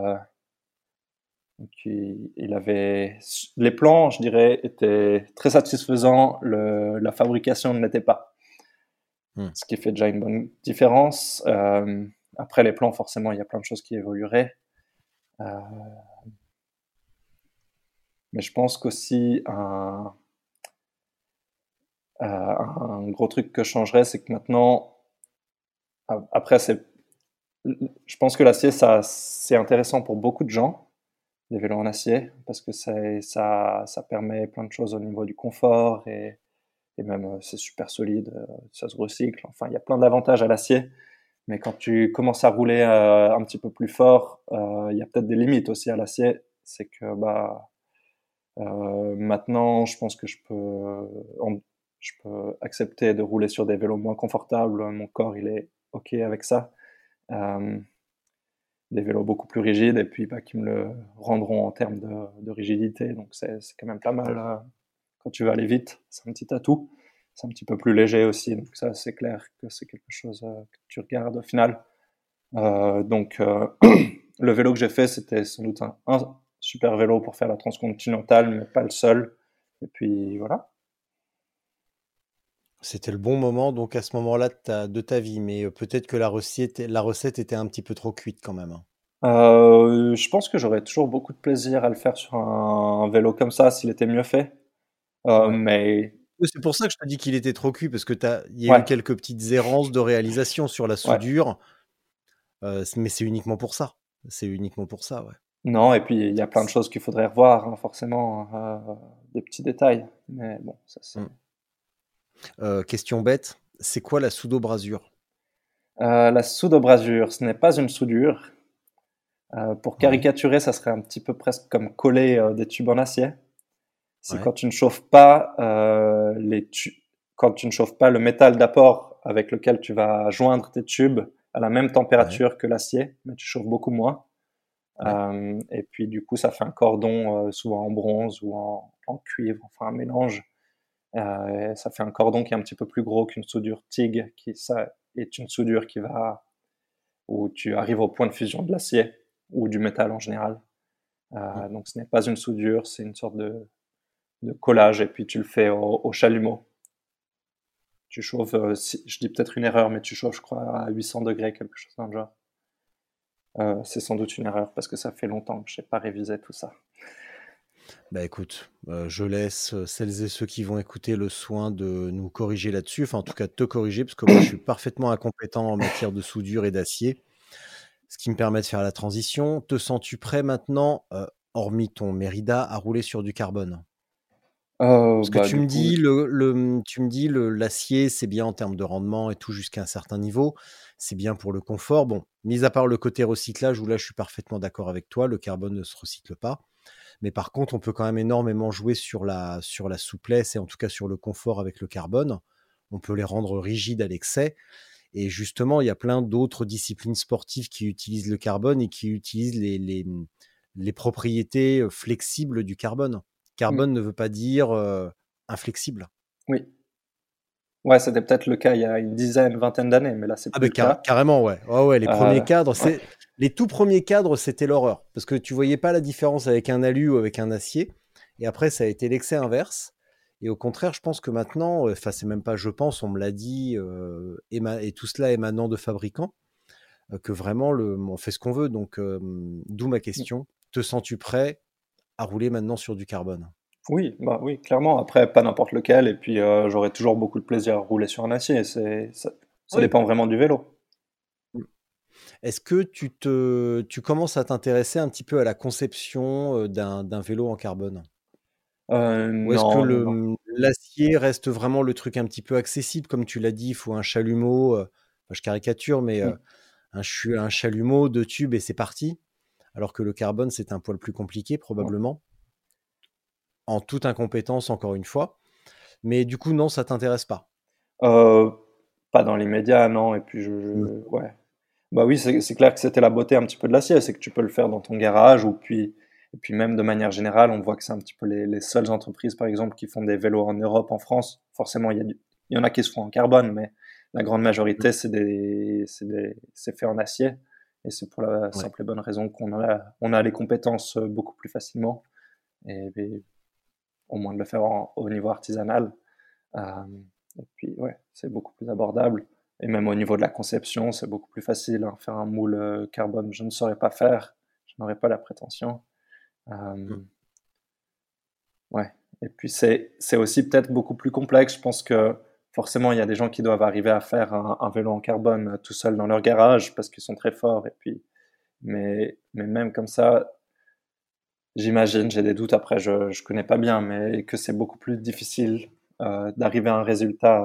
Donc il avait les plans, je dirais, étaient très satisfaisants. La fabrication ne l'était pas, ce qui fait déjà une bonne différence. Après les plans, forcément, il y a plein de choses qui évolueraient. Mais je pense qu'aussi un gros truc que je changerais, c'est que maintenant, après, je pense que l'acier, c'est intéressant pour beaucoup de gens, les vélos en acier, parce que ça permet plein de choses au niveau du confort et même c'est super solide, ça se recycle. Enfin, il y a plein d'avantages à l'acier. Mais quand tu commences à rouler un petit peu plus fort, il y a peut-être des limites aussi à l'acier. C'est que bah, maintenant, je pense que je peux je peux accepter de rouler sur des vélos moins confortables. Mon corps, il est OK avec ça. Des vélos beaucoup plus rigides et puis qui me le rendront en termes de rigidité. Donc c'est quand même pas mal quand tu veux aller vite. C'est un petit atout. C'est un petit peu plus léger aussi. Donc ça, c'est clair que c'est quelque chose que tu regardes au final. Donc le vélo que j'ai fait, c'était sans doute un super vélo pour faire la transcontinentale, mais pas le seul. Et puis voilà. C'était le bon moment, donc à ce moment-là de ta vie, mais peut-être que la recette était un petit peu trop cuite quand même, hein. Je pense que j'aurais toujours beaucoup de plaisir à le faire sur un vélo comme ça s'il était mieux fait. Ouais. Mais Oui, c'est pour ça que je te dis qu'il était trop cuit, parce que il y a eu ouais, quelques petites errances de réalisation sur la ouais. soudure, mais c'est uniquement pour ça. C'est uniquement pour ça, ouais. Non, et puis il y a plein de choses qu'il faudrait revoir, hein, forcément, des petits détails. Mais bon, ça c'est. Question bête, c'est quoi la pseudo-brasure? La soude-brasure, ce n'est pas une soudure. Pour Ouais, caricaturer, ça serait un petit peu presque comme coller des tubes en acier. C'est ouais, quand tu ne chauffes pas quand tu ne chauffes pas le métal d'apport avec lequel tu vas joindre tes tubes à la même ouais, température que l'acier, mais tu chauffes beaucoup moins. ouais. Et puis du coup, ça fait un cordon souvent en bronze ou en cuivre, enfin un mélange. Et ça fait un cordon qui est un petit peu plus gros qu'une soudure TIG, qui ça est une soudure où tu arrives au point de fusion de l'acier ou du métal en général. Mmh. Donc ce n'est pas une soudure, c'est une sorte de collage et puis tu le fais au chalumeau. Tu chauffes, je dis peut-être une erreur, mais tu chauffes, je crois, à 800 degrés, quelque chose dans le genre. C'est sans doute une erreur parce que ça fait longtemps que je n'ai pas révisé tout ça. Bah écoute, je laisse celles et ceux qui vont écouter le soin de nous corriger là-dessus, enfin en tout cas de te corriger, parce que moi je suis parfaitement incompétent en matière de soudure et d'acier, ce qui me permet de faire la transition. Te sens-tu prêt maintenant, hormis ton Mérida, à rouler sur du carbone? Parce que Du coup, tu me dis l'acier, c'est bien en termes de rendement et tout jusqu'à un certain niveau, c'est bien pour le confort. Bon, mis à part le côté recyclage où là je suis parfaitement d'accord avec toi, le carbone ne se recycle pas. Mais par contre, on peut quand même énormément jouer sur la souplesse et en tout cas sur le confort avec le carbone. On peut les rendre rigides à l'excès. Et justement, il y a plein d'autres disciplines sportives qui utilisent le carbone et qui utilisent les propriétés flexibles du carbone. mm, Carbone ne veut pas dire inflexible. oui. Ouais, c'était peut-être le cas il y a une dizaine, vingtaine d'années, mais là, c'est Ah plus ben le cas. carrément, ouais. Ouais, ouais, Ouais, les tout premiers cadres, c'était l'horreur. Parce que tu voyais pas la différence avec un alu ou avec un acier. Et après, ça a été l'excès inverse. Et au contraire, je pense que maintenant, enfin, c'est même pas je pense, on me l'a dit, et tout cela émanant de fabricants, que vraiment, on fait ce qu'on veut. Donc, d'où ma mm. question. Te sens-tu prêt à rouler maintenant sur du carbone? Oui, bah oui, clairement. Après, pas n'importe lequel, et puis j'aurais toujours beaucoup de plaisir à rouler sur un acier. Ça Oui. dépend vraiment du vélo. Est-ce que tu commences à t'intéresser un petit peu à la conception d'un vélo en carbone? Ou est-ce que Non, non, non. l'acier reste vraiment le truc un petit peu accessible? Comme tu l'as dit, il faut un chalumeau, enfin, je caricature, mais Mm. un chalumeau, 2 tubes et c'est parti. Alors que le carbone, c'est un poil plus compliqué Ouais. probablement, en toute incompétence encore une fois. Mais du coup, non, ça t'intéresse pas? Euh, Pas dans l'immédiat, non. Et puis, Mmh. ouais. Bah oui, c'est clair que c'était la beauté un petit peu de l'acier, c'est que tu peux le faire dans ton garage et puis même de manière générale, on voit que c'est un petit peu les seules entreprises, par exemple, qui font des vélos en Europe, en France. Forcément, il y en a qui se font en carbone, mais la grande Mmh. majorité, c'est fait en acier. Et c'est pour la Ouais. simple et bonne raison on a les compétences beaucoup plus facilement et au moins de le faire au niveau artisanal. Euh, et puis, ouais, c'est beaucoup plus abordable. Et même au niveau de la conception, c'est beaucoup plus facile, hein. Faire un moule carbone, je ne saurais pas faire. Je n'aurais pas la prétention. Mmh. Euh, ouais. Et puis, c'est aussi peut-être beaucoup plus complexe. Je pense que forcément, il y a des gens qui doivent arriver à faire un vélo en carbone tout seul dans leur garage parce qu'ils sont très forts. Et puis, mais même comme ça, j'imagine, j'ai des doutes après, je connais pas bien, mais que c'est beaucoup plus difficile d'arriver à un résultat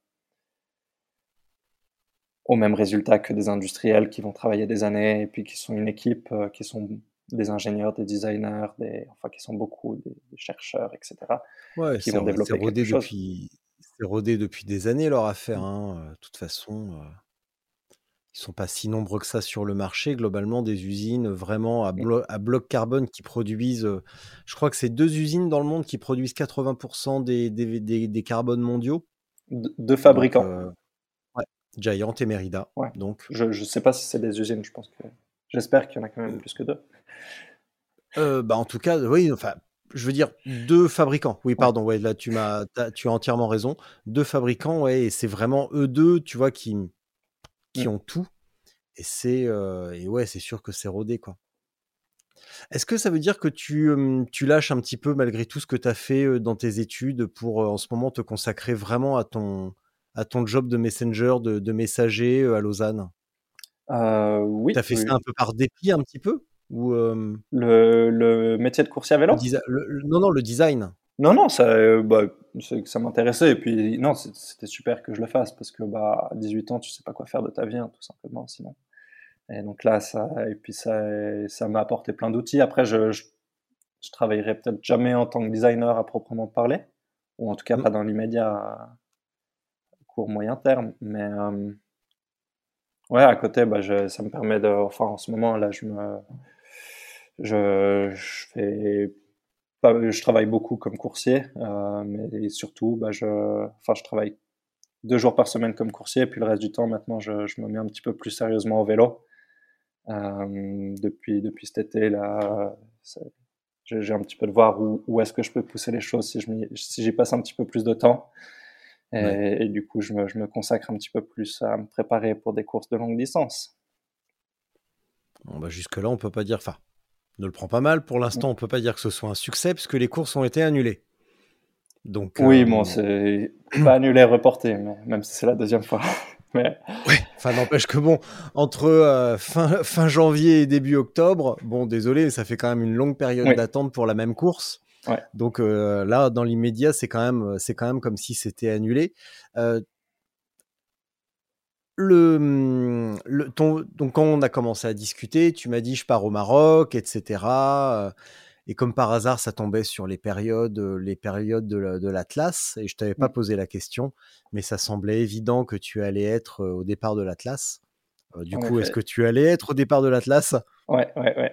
au même résultat que des industriels qui vont travailler des années et puis qui sont une équipe, qui sont des ingénieurs, des designers, enfin qui sont beaucoup des chercheurs, etc., Ouais, qui vont c'est développer quelque rodé chose. depuis c'est rodé depuis des années leur affaire. De toute façon, ils sont pas si nombreux que ça sur le marché. Globalement, des usines vraiment à bloc carbone qui produisent, je crois que c'est 2 usines dans le monde qui produisent 80% des carbones mondiaux. Deux fabricants. Donc, ouais, Giant et Merida. Ouais. Donc, je sais pas si c'est des usines. J'espère qu'il y en a quand même plus que 2. En tout cas, oui. Enfin, je veux dire 2 fabricants. Oui, pardon. Ouais, là tu as entièrement raison. 2 fabricants, ouais, et c'est vraiment eux deux, tu vois, qui ont tout. Et c'est sûr que c'est rodé, quoi. Est-ce que ça veut dire que tu lâches un petit peu malgré tout ce que tu as fait dans tes études pour en ce moment te consacrer vraiment à ton job de messenger, de messager à Lausanne? Oui. Tu as fait ça un peu par dépit un petit peu? Ou le métier de coursier à vélo? Non, le design. Non, ça m'intéressait, et puis non, c'était super que je le fasse, parce que à 18 ans, tu sais pas quoi faire de ta vie, tout simplement, sinon. Et donc là, ça m'a apporté plein d'outils. Après, je travaillerai peut-être jamais en tant que designer à proprement parler, ou en tout cas pas dans l'immédiat, à court moyen terme. Mais ouais, à côté, ça me permet de. Enfin, en ce moment, là, je travaille beaucoup comme coursier, mais surtout, je travaille 2 jours par semaine comme coursier, puis le reste du temps, maintenant, je me mets un petit peu plus sérieusement au vélo. Depuis cet été, là, j'ai un petit peu de voir où est-ce que je peux pousser les choses si j'y passe un petit peu plus de temps. Et du coup, je me consacre un petit peu plus à me préparer pour des courses de longue distance. Bon, jusque-là, on peut pas dire. Enfin, ne le prends pas mal. Pour l'instant, on peut pas dire que ce soit un succès puisque les courses ont été annulées. Donc, oui, bon, c'est pas annulé, reporté, mais même si c'est la deuxième fois. Mais... Oui, enfin, n'empêche que bon, entre fin janvier et début octobre, bon, désolé, ça fait quand même une longue période d'attente pour la même course. Ouais. Donc là, dans l'immédiat, c'est quand même comme si c'était annulé. Donc quand on a commencé à discuter, tu m'as dit je pars au Maroc, etc. Et comme par hasard, ça tombait sur les périodes de l'Atlas, et je t'avais pas posé la question, mais ça semblait évident que tu allais être au départ de l'Atlas. Du coup, est-ce que tu allais être au départ de l'Atlas ? Ouais.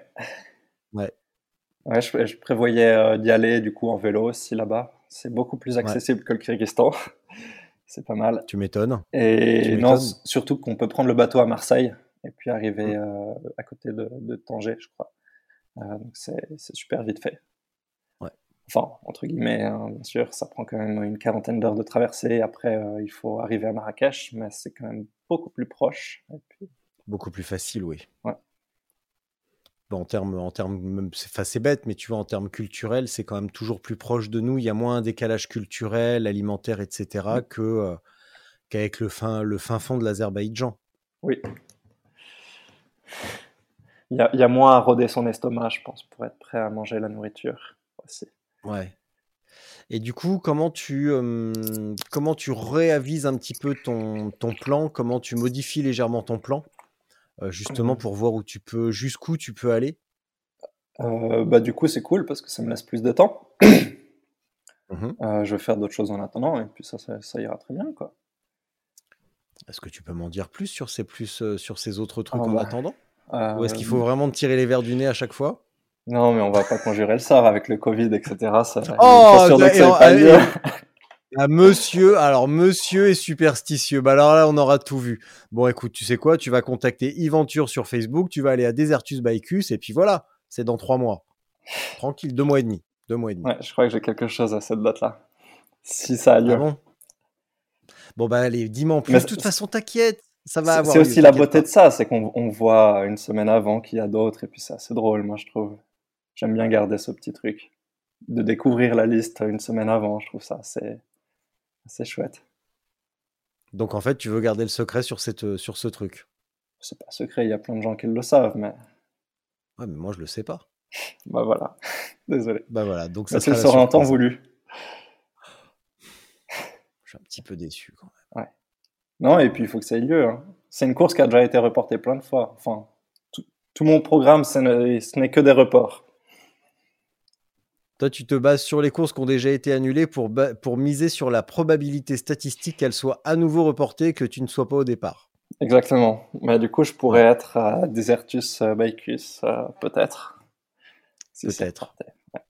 Ouais, je prévoyais d'y aller du coup en vélo aussi là-bas. C'est beaucoup plus accessible que le Kyrgyzstan. C'est pas mal. Tu m'étonnes. Et non, surtout qu'on peut prendre le bateau à Marseille et puis arriver à côté de Tanger, je crois. Donc c'est super vite fait. Ouais. Enfin, entre guillemets, bien sûr, ça prend quand même une 40aine d'heures de traversée. Après, il faut arriver à Marrakech, mais c'est quand même beaucoup plus proche. Et puis... Beaucoup plus facile, oui. Ouais. Bon, en termes, c'est bête, mais tu vois, en termes culturels, c'est quand même toujours plus proche de nous. Il y a moins un décalage culturel, alimentaire, etc., qu'avec le fin fond de l'Azerbaïdjan. Oui. Il y a moins à rôder son estomac, je pense, pour être prêt à manger la nourriture aussi. Ouais. Et du coup, comment tu réavises un petit peu ton plan? Comment tu modifies légèrement ton plan? Justement pour voir jusqu'où tu peux aller? Du coup, c'est cool parce que ça me laisse plus de temps. Je vais faire d'autres choses en attendant, et puis ça ira très bien, quoi. Est-ce que tu peux m'en dire plus sur ces autres trucs en attendant? Ou est-ce qu'il faut Euh, vraiment te tirer les verres du nez à chaque fois? Non, mais on va pas conjurer le sort avec le Covid, etc. Monsieur est superstitieux. Alors là, on aura tout vu. Bon, écoute, tu sais quoi? Tu vas contacter Yventure sur Facebook, tu vas aller à Desertus Bicus, et puis voilà, c'est dans 3 mois. Tranquille, 2 mois et demi. 2 mois et demi. Ouais, je crois que j'ai quelque chose à cette date-là. Si ça a lieu. Ah bon? Bon, allez, dis-moi en plus. De toute façon, t'inquiète, ça va avoir lieu. C'est aussi la beauté pas. de ça, c'est qu'on voit une semaine avant qu'il y a d'autres, et puis c'est assez drôle, moi, je trouve. J'aime bien garder ce petit truc. De découvrir la liste une semaine avant, je trouve ça assez chouette. Donc en fait, tu veux garder le secret sur ce truc? C'est pas secret, il y a plein de gens qui le savent, mais... Ouais, mais moi, je le sais pas. Bah voilà, désolé. Bah voilà, donc ça tu le sauras en temps voulu. Je suis un petit peu déçu quand même. Ouais. Non, et puis il faut que ça ait lieu. Hein. C'est une course qui a déjà été reportée plein de fois. Enfin, tout mon programme, ce n'est que des reports. Toi, tu te bases sur les courses qui ont déjà été annulées pour miser sur la probabilité statistique qu'elles soient à nouveau reportées et que tu ne sois pas au départ. Exactement. Mais du coup, je pourrais être à Desertus Bicus, peut-être. Si peut-être. Ouais.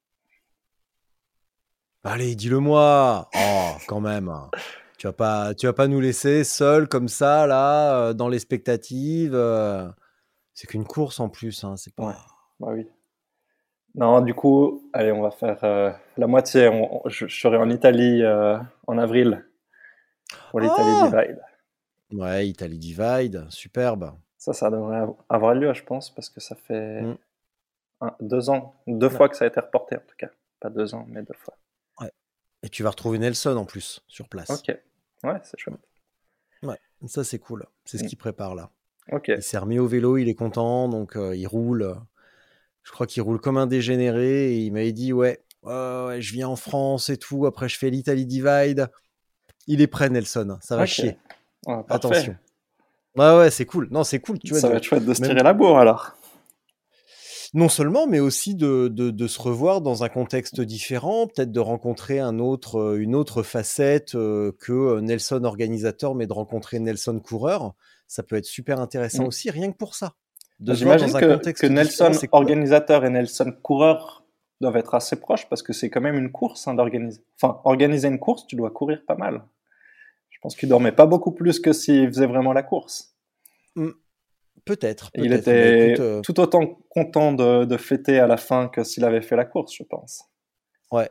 Allez, dis-le-moi. Oh, quand même. Tu vas pas nous laisser seuls comme ça, là, dans l'expectative. C'est qu'une course en plus, hein, c'est pas... Ouais. Bah oui. Non, du coup, allez, on va faire la moitié. Je serai en Italie en avril pour l'Italie Divide. Ouais, Italie Divide, superbe. Ça devrait avoir lieu, je pense, parce que ça fait 2 ans, 2 fois que ça a été reporté, en tout cas. Pas 2 ans, mais 2 fois. Ouais. Et tu vas retrouver Nelson en plus, sur place. Ok, ouais, c'est chouette. Ouais, ça c'est cool. C'est ce qu'il prépare là. Ok. Il s'est remis au vélo, il est content, donc il roule. Je crois qu'il roule comme un dégénéré. Et il m'avait dit ouais, je viens en France et tout. Après, je fais l'Italie Divide. Il est prêt, Nelson. Ça va chier. Ouais, attention. Ouais, c'est cool. Non, c'est cool. Tu vois, ça va être chouette de se tirer la bourre alors. Non seulement, mais aussi de se revoir dans un contexte différent, peut-être de rencontrer une autre facette que Nelson organisateur, mais de rencontrer Nelson coureur. Ça peut être super intéressant aussi, rien que pour ça. J'imagine que Nelson organisateur et Nelson coureur doivent être assez proches parce que c'est quand même une course d'organiser. Enfin, organiser une course, tu dois courir pas mal. Je pense qu'il dormait pas beaucoup plus que s'il faisait vraiment la course. Peut-être. Il était tout autant content de fêter à la fin que s'il avait fait la course, je pense. Ouais.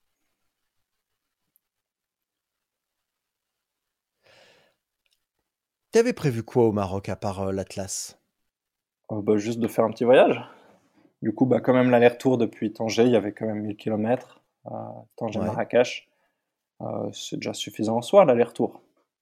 T'avais prévu quoi au Maroc à part l'Atlas ? Juste de faire un petit voyage. Du coup, quand même l'aller-retour depuis Tanger, il y avait quand même 1000 km. Tanger-Marrakech. C'est déjà suffisant en soi, l'aller-retour.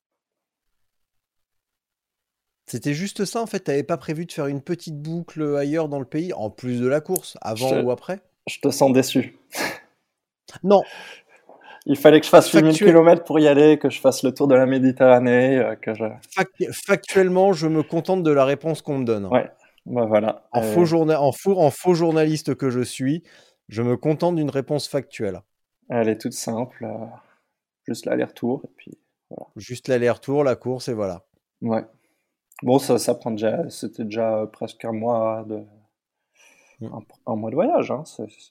C'était juste ça, en fait. T'avais pas prévu de faire une petite boucle ailleurs dans le pays, en plus de la course, avant ou après ? Je te sens déçu. Non. Il fallait que je fasse 8000 km pour y aller, que je fasse le tour de la Méditerranée. Factuellement, je me contente de la réponse qu'on me donne. Ouais, voilà. En faux journaliste que je suis, je me contente d'une réponse factuelle. Elle est toute simple. Juste l'aller-retour, et puis voilà. Juste l'aller-retour, la course, et voilà. Ouais. Bon, ça prend déjà... C'était déjà presque un mois de... Un mois de voyage, hein.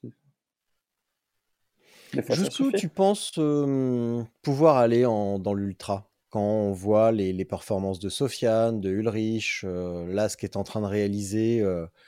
Jusqu'où tu penses pouvoir aller dans l'ultra quand on voit les performances de Sofiane, de Ulrich, là ce qu'est en train de réaliser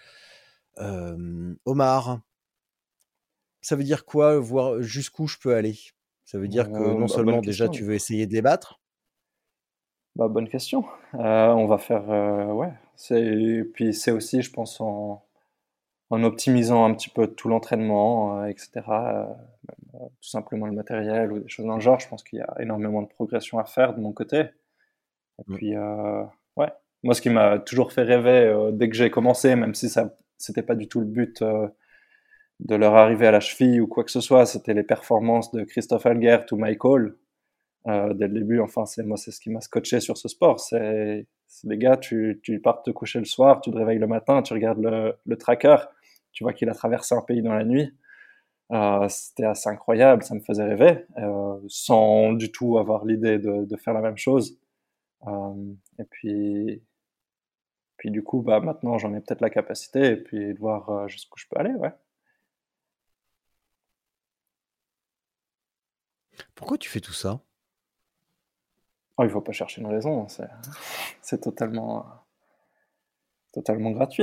Omar? Ça veut dire quoi, voir jusqu'où je peux aller? Ça veut dire que non seulement déjà tu veux essayer de les battre? Bonne question. On va faire... ouais. Puis c'est aussi, je pense, en optimisant un petit peu tout l'entraînement, etc. Tout simplement le matériel ou des choses dans le genre. Je pense qu'il y a énormément de progression à faire de mon côté. Et puis, ouais. Moi, ce qui m'a toujours fait rêver dès que j'ai commencé, même si c'était pas du tout le but de leur arriver à la cheville ou quoi que ce soit, c'était les performances de Christophe Algert ou Michael dès le début. Enfin, c'est ce qui m'a scotché sur ce sport. C'est des gars, tu pars te coucher le soir, tu te réveilles le matin, tu regardes le tracker, tu vois qu'il a traversé un pays dans la nuit. C'était assez incroyable, ça me faisait rêver, sans du tout avoir l'idée de faire la même chose. Et puis du coup, maintenant j'en ai peut-être la capacité, et puis de voir jusqu'où je peux aller, ouais. Pourquoi tu fais tout ça ? Oh, il faut pas chercher une raison, c'est totalement gratuit.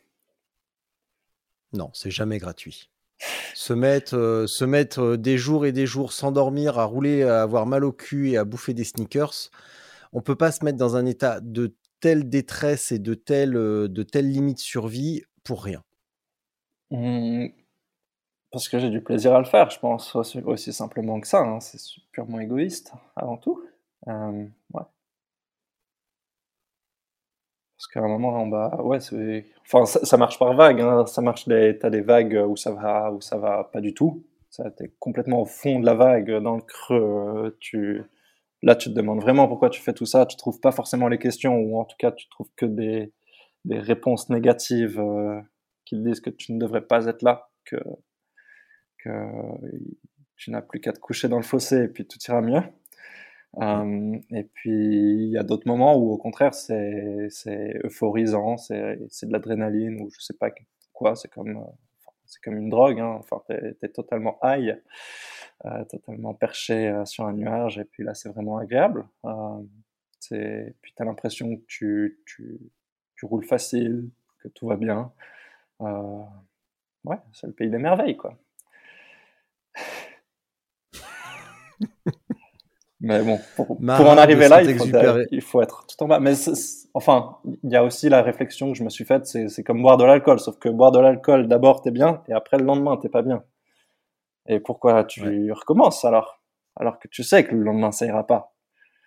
Non, c'est jamais gratuit. Se mettre des jours et des jours sans dormir, à rouler, à avoir mal au cul et à bouffer des sneakers, on peut pas se mettre dans un état de telle détresse et de telle limite survie pour rien. Parce que j'ai du plaisir à le faire, je pense, aussi simplement que ça, hein. C'est purement égoïste, avant tout. Ouais. Parce qu'à un moment, ouais, enfin, ça marche par vague, hein. Ça marche, t'as des vagues où ça va pas du tout. T'es complètement au fond de la vague, dans le creux. Là, tu te demandes vraiment pourquoi tu fais tout ça. Tu trouves pas forcément les questions, ou en tout cas, tu trouves que des réponses négatives qui te disent que tu ne devrais pas être là, que que tu n'as plus qu'à te coucher dans le fossé et puis tout ira mieux. Et puis il y a d'autres moments où au contraire c'est euphorisant, c'est de l'adrénaline ou je sais pas quoi, c'est comme une drogue, hein. Enfin t'es totalement high, totalement perché sur un nuage et puis là c'est vraiment agréable. Puis t'as l'impression que tu roules facile, que tout va bien. Ouais, c'est le pays des merveilles, quoi. Mais bon, pour en arriver là, il faut être tout en bas. Mais enfin, il y a aussi la réflexion que je me suis faite, c'est comme boire de l'alcool, sauf que boire de l'alcool, d'abord t'es bien, et après le lendemain t'es pas bien. Et pourquoi tu recommences alors que tu sais que le lendemain ça ira pas?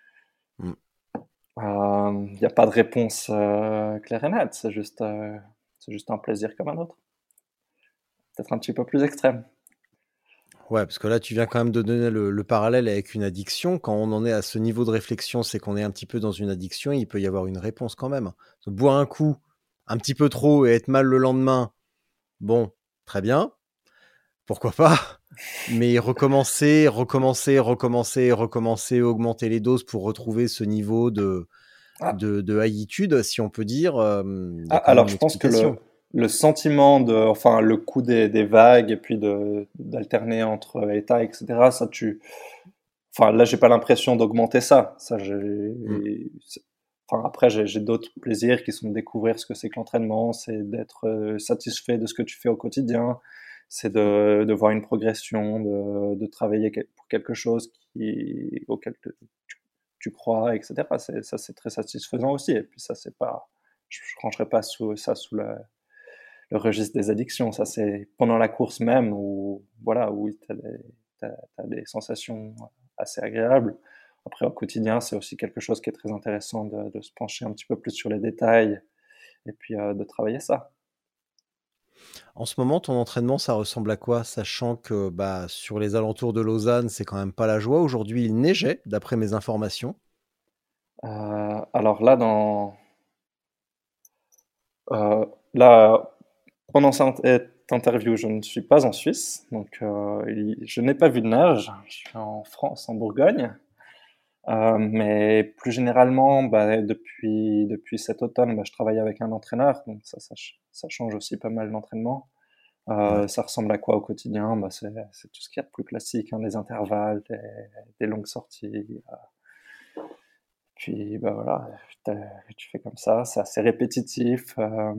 Il n'y a pas de réponse claire et nette, c'est juste un plaisir comme un autre. Peut-être un petit peu plus extrême. Ouais, parce que là, tu viens quand même de donner le parallèle avec une addiction. Quand on en est à ce niveau de réflexion, c'est qu'on est un petit peu dans une addiction, il peut y avoir une réponse quand même. Boire un coup, un petit peu trop et être mal le lendemain, bon, très bien, pourquoi pas. Mais recommencer, augmenter les doses pour retrouver ce niveau de haïtude, si on peut dire. Alors, je pense que le sentiment enfin, le coup des vagues et puis d'alterner entre états, etc., enfin, là, j'ai pas l'impression d'augmenter ça. Enfin, après, j'ai d'autres plaisirs qui sont de découvrir ce que c'est que l'entraînement, c'est d'être satisfait de ce que tu fais au quotidien, c'est de voir une progression, de travailler pour quelque chose auquel tu crois, etc. Ça, c'est très satisfaisant aussi. Et puis ça, c'est pas, je rangerai pas sous le registre des addictions. Ça, c'est pendant la course même où, voilà, où t'as des sensations assez agréables. Après, au quotidien, c'est aussi quelque chose qui est très intéressant de se pencher un petit peu plus sur les détails et puis de travailler ça. En ce moment, ton entraînement, ça ressemble à quoi? Sachant que sur les alentours de Lausanne, c'est quand même pas la joie. Aujourd'hui, il neigeait, d'après mes informations. Alors là, pendant cette interview, je ne suis pas en Suisse, donc je n'ai pas vu de neige. Je suis en France, en Bourgogne. Mais plus généralement, depuis cet automne, je travaille avec un entraîneur, donc ça change aussi pas mal l'entraînement. Ça ressemble à quoi au quotidien? C'est tout ce qu'il y a de plus classique, hein, des intervalles, des longues sorties. Puis voilà, tu fais comme ça, c'est assez répétitif.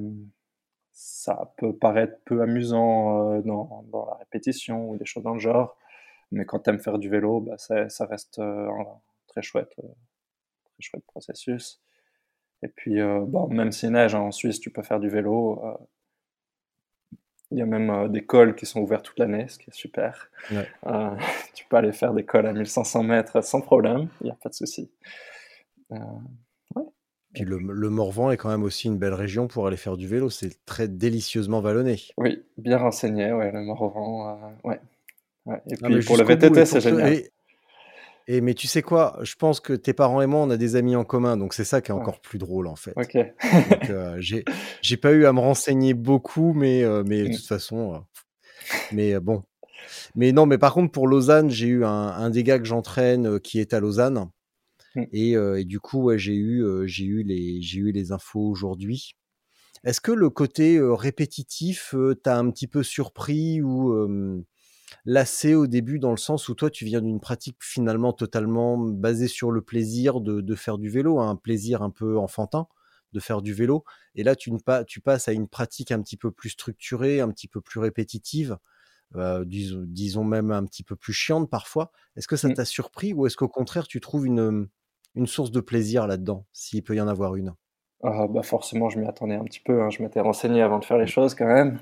Ça peut paraître peu amusant dans la répétition ou des choses dans le genre, mais quand tu aimes faire du vélo, ça reste un très chouette processus. Et puis, même s'il neige, hein, en Suisse, tu peux faire du vélo. Il y a même des cols qui sont ouverts toute l'année, ce qui est super. Ouais. Tu peux aller faire des cols à 1500 mètres sans problème, il n'y a pas de souci. Ouais. Puis le Morvan est quand même aussi une belle région pour aller faire du vélo. C'est très délicieusement vallonné. Oui, bien renseigné, ouais, le Morvan. Ouais. Et puis pour le VTT, c'est génial. Mais tu sais quoi, je pense que tes parents et moi, on a des amis en commun, donc c'est ça qui est encore plus drôle en fait. Ok. Donc j'ai pas eu à me renseigner beaucoup, mais de toute façon, mais bon. Mais non, mais par contre pour Lausanne, j'ai eu un des gars que j'entraîne qui est à Lausanne, et du coup j'ai eu les infos aujourd'hui. Est-ce que le côté répétitif t'a un petit peu surpris ou lassé au début, dans le sens où toi tu viens d'une pratique finalement totalement basée sur le plaisir de faire du vélo, un plaisir un peu enfantin de faire du vélo, et là tu passes à une pratique un petit peu plus structurée, un petit peu plus répétitive, disons même un petit peu plus chiante parfois. Est-ce que ça t'a surpris, ou est-ce qu'au contraire tu trouves une source de plaisir là-dedans, s'il peut y en avoir une? Forcément, je m'y attendais un petit peu, hein. Je m'étais renseigné avant de faire les choses quand même.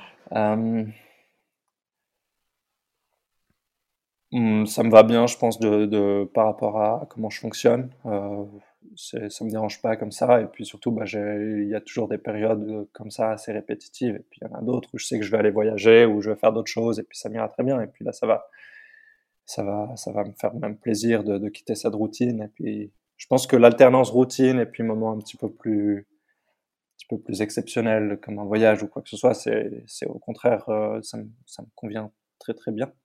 Ça me va bien, je pense, par rapport à comment je fonctionne. Ça me dérange pas comme ça. Et puis surtout, il y a toujours des périodes comme ça assez répétitives. Et puis il y en a d'autres où je sais que je vais aller voyager, ou je vais faire d'autres choses, et puis ça m'ira très bien. Et puis là, ça va me faire même plaisir de quitter cette routine. Et puis je pense que l'alternance routine et puis moment un petit peu plus exceptionnel, comme un voyage ou quoi que ce soit, c'est au contraire, ça me convient très très bien.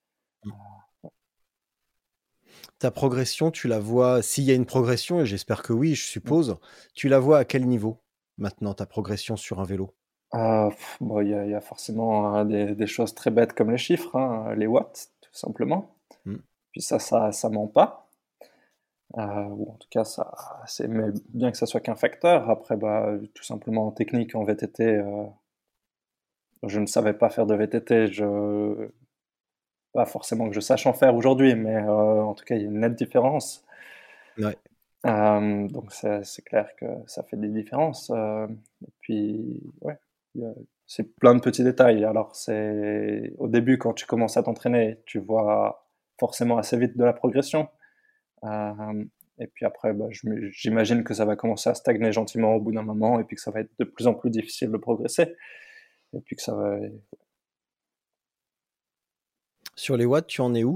Ta progression, tu la vois, s'il y a une progression, et j'espère que oui, je suppose, tu la vois à quel niveau maintenant, ta progression sur un vélo? Bon, il y a forcément des choses très bêtes comme les chiffres, hein, les watts, tout simplement. Mm. Puis ça ment pas. Ou en tout cas, mais bien que ça soit qu'un facteur. Après, bah, tout simplement en technique, en VTT, je ne savais pas faire de VTT. Pas forcément que je sache en faire aujourd'hui, mais en tout cas, il y a une nette différence. Ouais. Donc c'est clair que ça fait des différences. Et puis, ouais, c'est plein de petits détails. Alors, c'est au début, quand tu commences à t'entraîner, tu vois forcément assez vite de la progression. Et puis après, bah, j'imagine que ça va commencer à stagner gentiment au bout d'un moment, et puis que ça va être de plus en plus difficile de progresser. Et puis que ça va... Sur les watts, tu en es où?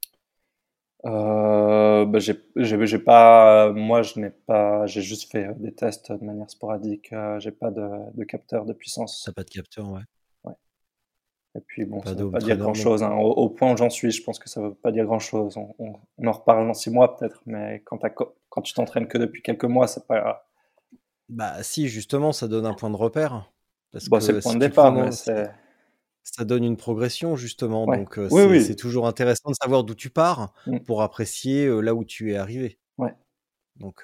Bah, j'ai pas, moi je n'ai pas, j'ai juste fait des tests de manière sporadique. J'ai pas de capteur de puissance. T'as pas de capteur, ouais. Ouais. Et puis bon, Pas ça de veut home pas dire trainer grand non chose, plus. hein. Au point où j'en suis, je pense que ça veut pas dire grand chose. On en reparle dans 6 mois peut-être, mais quand tu t'entraînes que depuis quelques mois, c'est pas. Bah si, justement, ça donne un point de repère. Parce Bon, c'est le que point si de tu départ, prends mais c'est. ça donne une progression, justement. Ouais. Donc Oui, c'est oui. toujours intéressant de savoir d'où tu pars Mm. pour apprécier là où tu es arrivé. Ouais. Donc,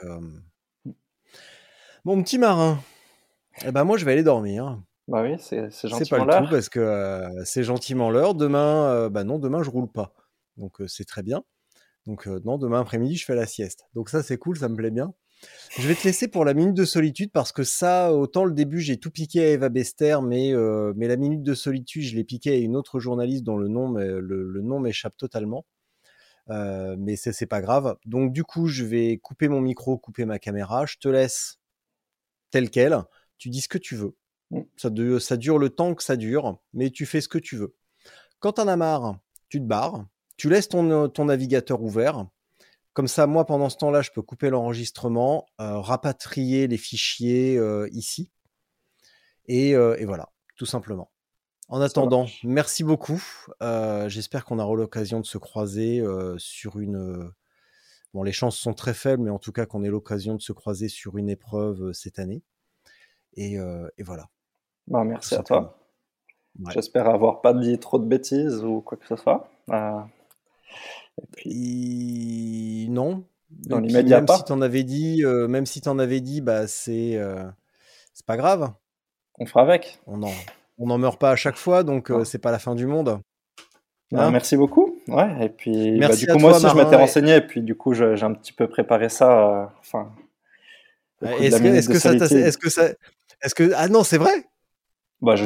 mon petit marin, eh ben moi je vais aller dormir. Bah oui, c'est C'est pas gentiment le tout l'heure. parce que c'est gentiment l'heure. Demain, bah non, demain je roule pas. Donc c'est très bien. Donc non, demain après-midi je fais la sieste. Donc ça c'est cool, ça me plaît bien. Je vais te laisser pour la minute de solitude parce que ça, autant le début j'ai tout piqué à Eva Bester, mais la minute de solitude je l'ai piqué à une autre journaliste dont le nom m'échappe totalement. Mais c'est pas grave. Donc du coup je vais couper mon micro, couper ma caméra. Je te laisse tel quel. Tu dis ce que tu veux. Mm. Ça dure le temps que ça dure, mais tu fais ce que tu veux. Quand t'en as marre, tu te barres, tu laisses ton navigateur ouvert. Comme ça, moi, pendant ce temps-là, je peux couper l'enregistrement, rapatrier les fichiers ici. Et voilà, tout simplement. En Ça attendant, marche. merci beaucoup. J'espère qu'on aura l'occasion de se croiser sur une... Bon, les chances sont très faibles, mais en tout cas qu'on ait l'occasion de se croiser sur une épreuve cette année. Et voilà. Bah, merci à toi. Ouais. J'espère avoir pas dit trop de bêtises ou quoi que ce soit. Et puis... Non. Dans Et puis l'immédiat même pas. si t'en avais dit, bah c'est pas grave. On fera avec. On n'en meurt pas à chaque fois, donc c'est pas la fin du monde. Hein, merci beaucoup. Ouais, et puis bah, du coup, moi aussi, je m'étais renseigné, et puis du coup, j'ai un petit peu préparé ça. Au coup de la minute de solitude. Ah non, c'est vrai. Bah,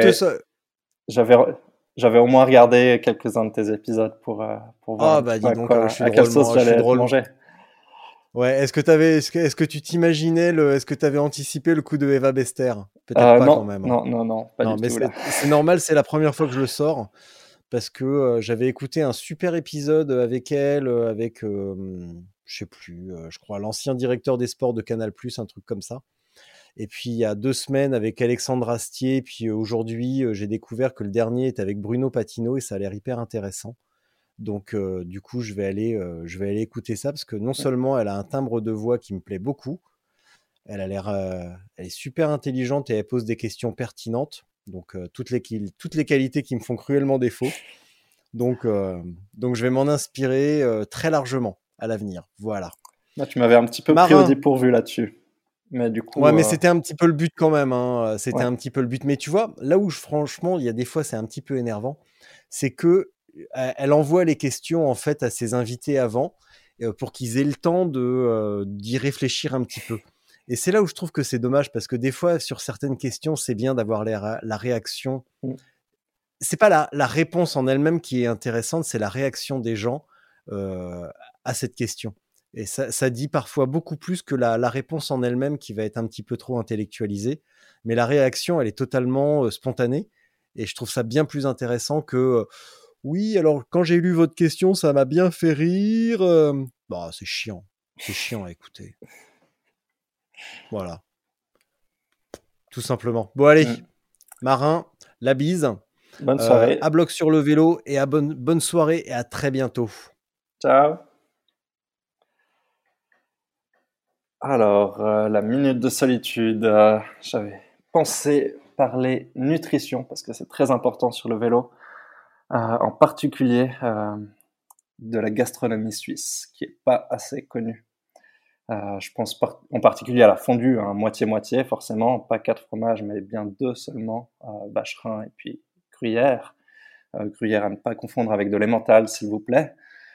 j'avais au moins regardé quelques-uns de tes épisodes pour voir bah, dis donc, à quelle sauce j'allais être mangé. Ouais, est-ce que tu t'imaginais est-ce que tu avais anticipé le coup de Eva Bester? Peut-être pas non, quand même. Non, pas du tout. C'est normal, c'est la première fois que je le sors parce que j'avais écouté un super épisode avec elle, avec je sais plus, je crois l'ancien directeur des sports de Canal+, un truc comme ça. Et puis il y a 2 semaines avec Alexandre Astier, puis aujourd'hui j'ai découvert que le dernier est avec Bruno Patino et ça a l'air hyper intéressant. Donc du coup je vais aller écouter ça parce que non seulement elle a un timbre de voix qui me plaît beaucoup, elle est super intelligente et elle pose des questions pertinentes. Donc toutes les qualités qui me font cruellement défaut. Donc je vais m'en inspirer très largement à l'avenir. Voilà. Là, tu m'avais un petit peu pris au dépourvu là-dessus. Mais du coup, ouais, mais c'était un petit peu le but quand même. Hein. C'était un petit peu le but. Mais tu vois, là où franchement, il y a des fois, c'est un petit peu énervant, c'est que elle envoie les questions en fait à ses invités avant pour qu'ils aient le temps d'y réfléchir un petit peu. Et c'est là où je trouve que c'est dommage parce que des fois, sur certaines questions, c'est bien d'avoir la réaction. C'est pas la réponse en elle-même qui est intéressante, c'est la réaction des gens à cette question. Et ça dit parfois beaucoup plus que la réponse en elle-même qui va être un petit peu trop intellectualisée. Mais la réaction, elle est totalement spontanée. Et je trouve ça bien plus intéressant que oui, alors quand j'ai lu votre question, ça m'a bien fait rire. Bah, c'est chiant. C'est chiant à écouter. Voilà. Tout simplement. Bon, allez. Marin, la bise. Bonne soirée. À bloc sur le vélo et bonne soirée et à très bientôt. Ciao. Alors, la minute de solitude, j'avais pensé parler nutrition parce que c'est très important sur le vélo, en particulier de la gastronomie suisse qui est pas assez connue. Je pense en particulier à la fondue, hein, moitié-moitié forcément, pas 4 fromages mais bien 2 seulement, vacherin et puis gruyère. Gruyère à ne pas confondre avec de l'emmental s'il vous plaît.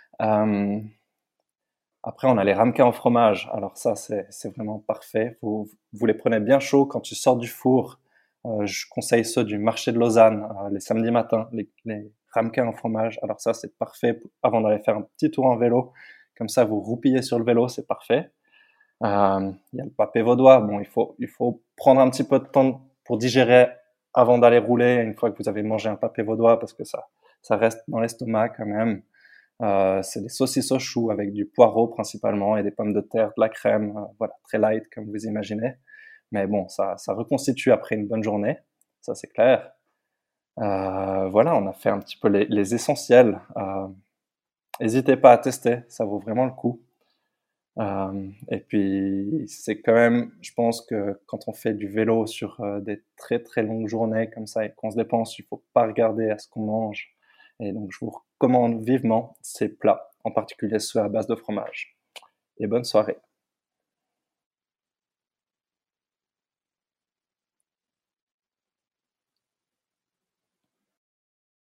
Après, on a les ramequins au fromage. Alors ça, c'est vraiment parfait. Vous les prenez bien chauds quand tu sors du four. Je conseille ceux du marché de Lausanne, les samedis matins, les ramequins au fromage. Alors ça, c'est parfait avant d'aller faire un petit tour en vélo. Comme ça, vous roupillez sur le vélo, c'est parfait. Il y a le pâté vaudois. Bon, il faut prendre un petit peu de temps pour digérer avant d'aller rouler, une fois que vous avez mangé un pâté vaudois, parce que ça reste dans l'estomac quand même. C'est des saucisses au chou avec du poireau principalement et des pommes de terre, de la crème, voilà, très light comme vous imaginez. Mais bon, ça reconstitue après une bonne journée, ça c'est clair. Voilà, on a fait un petit peu les essentiels. N'hésitez pas à tester, ça vaut vraiment le coup. Et puis c'est quand même, je pense que quand on fait du vélo sur des très très longues journées comme ça et qu'on se dépense, il faut pas regarder à ce qu'on mange. Et donc je vous recommande vivement ces plats, en particulier ceux à base de fromage. Et bonne soirée.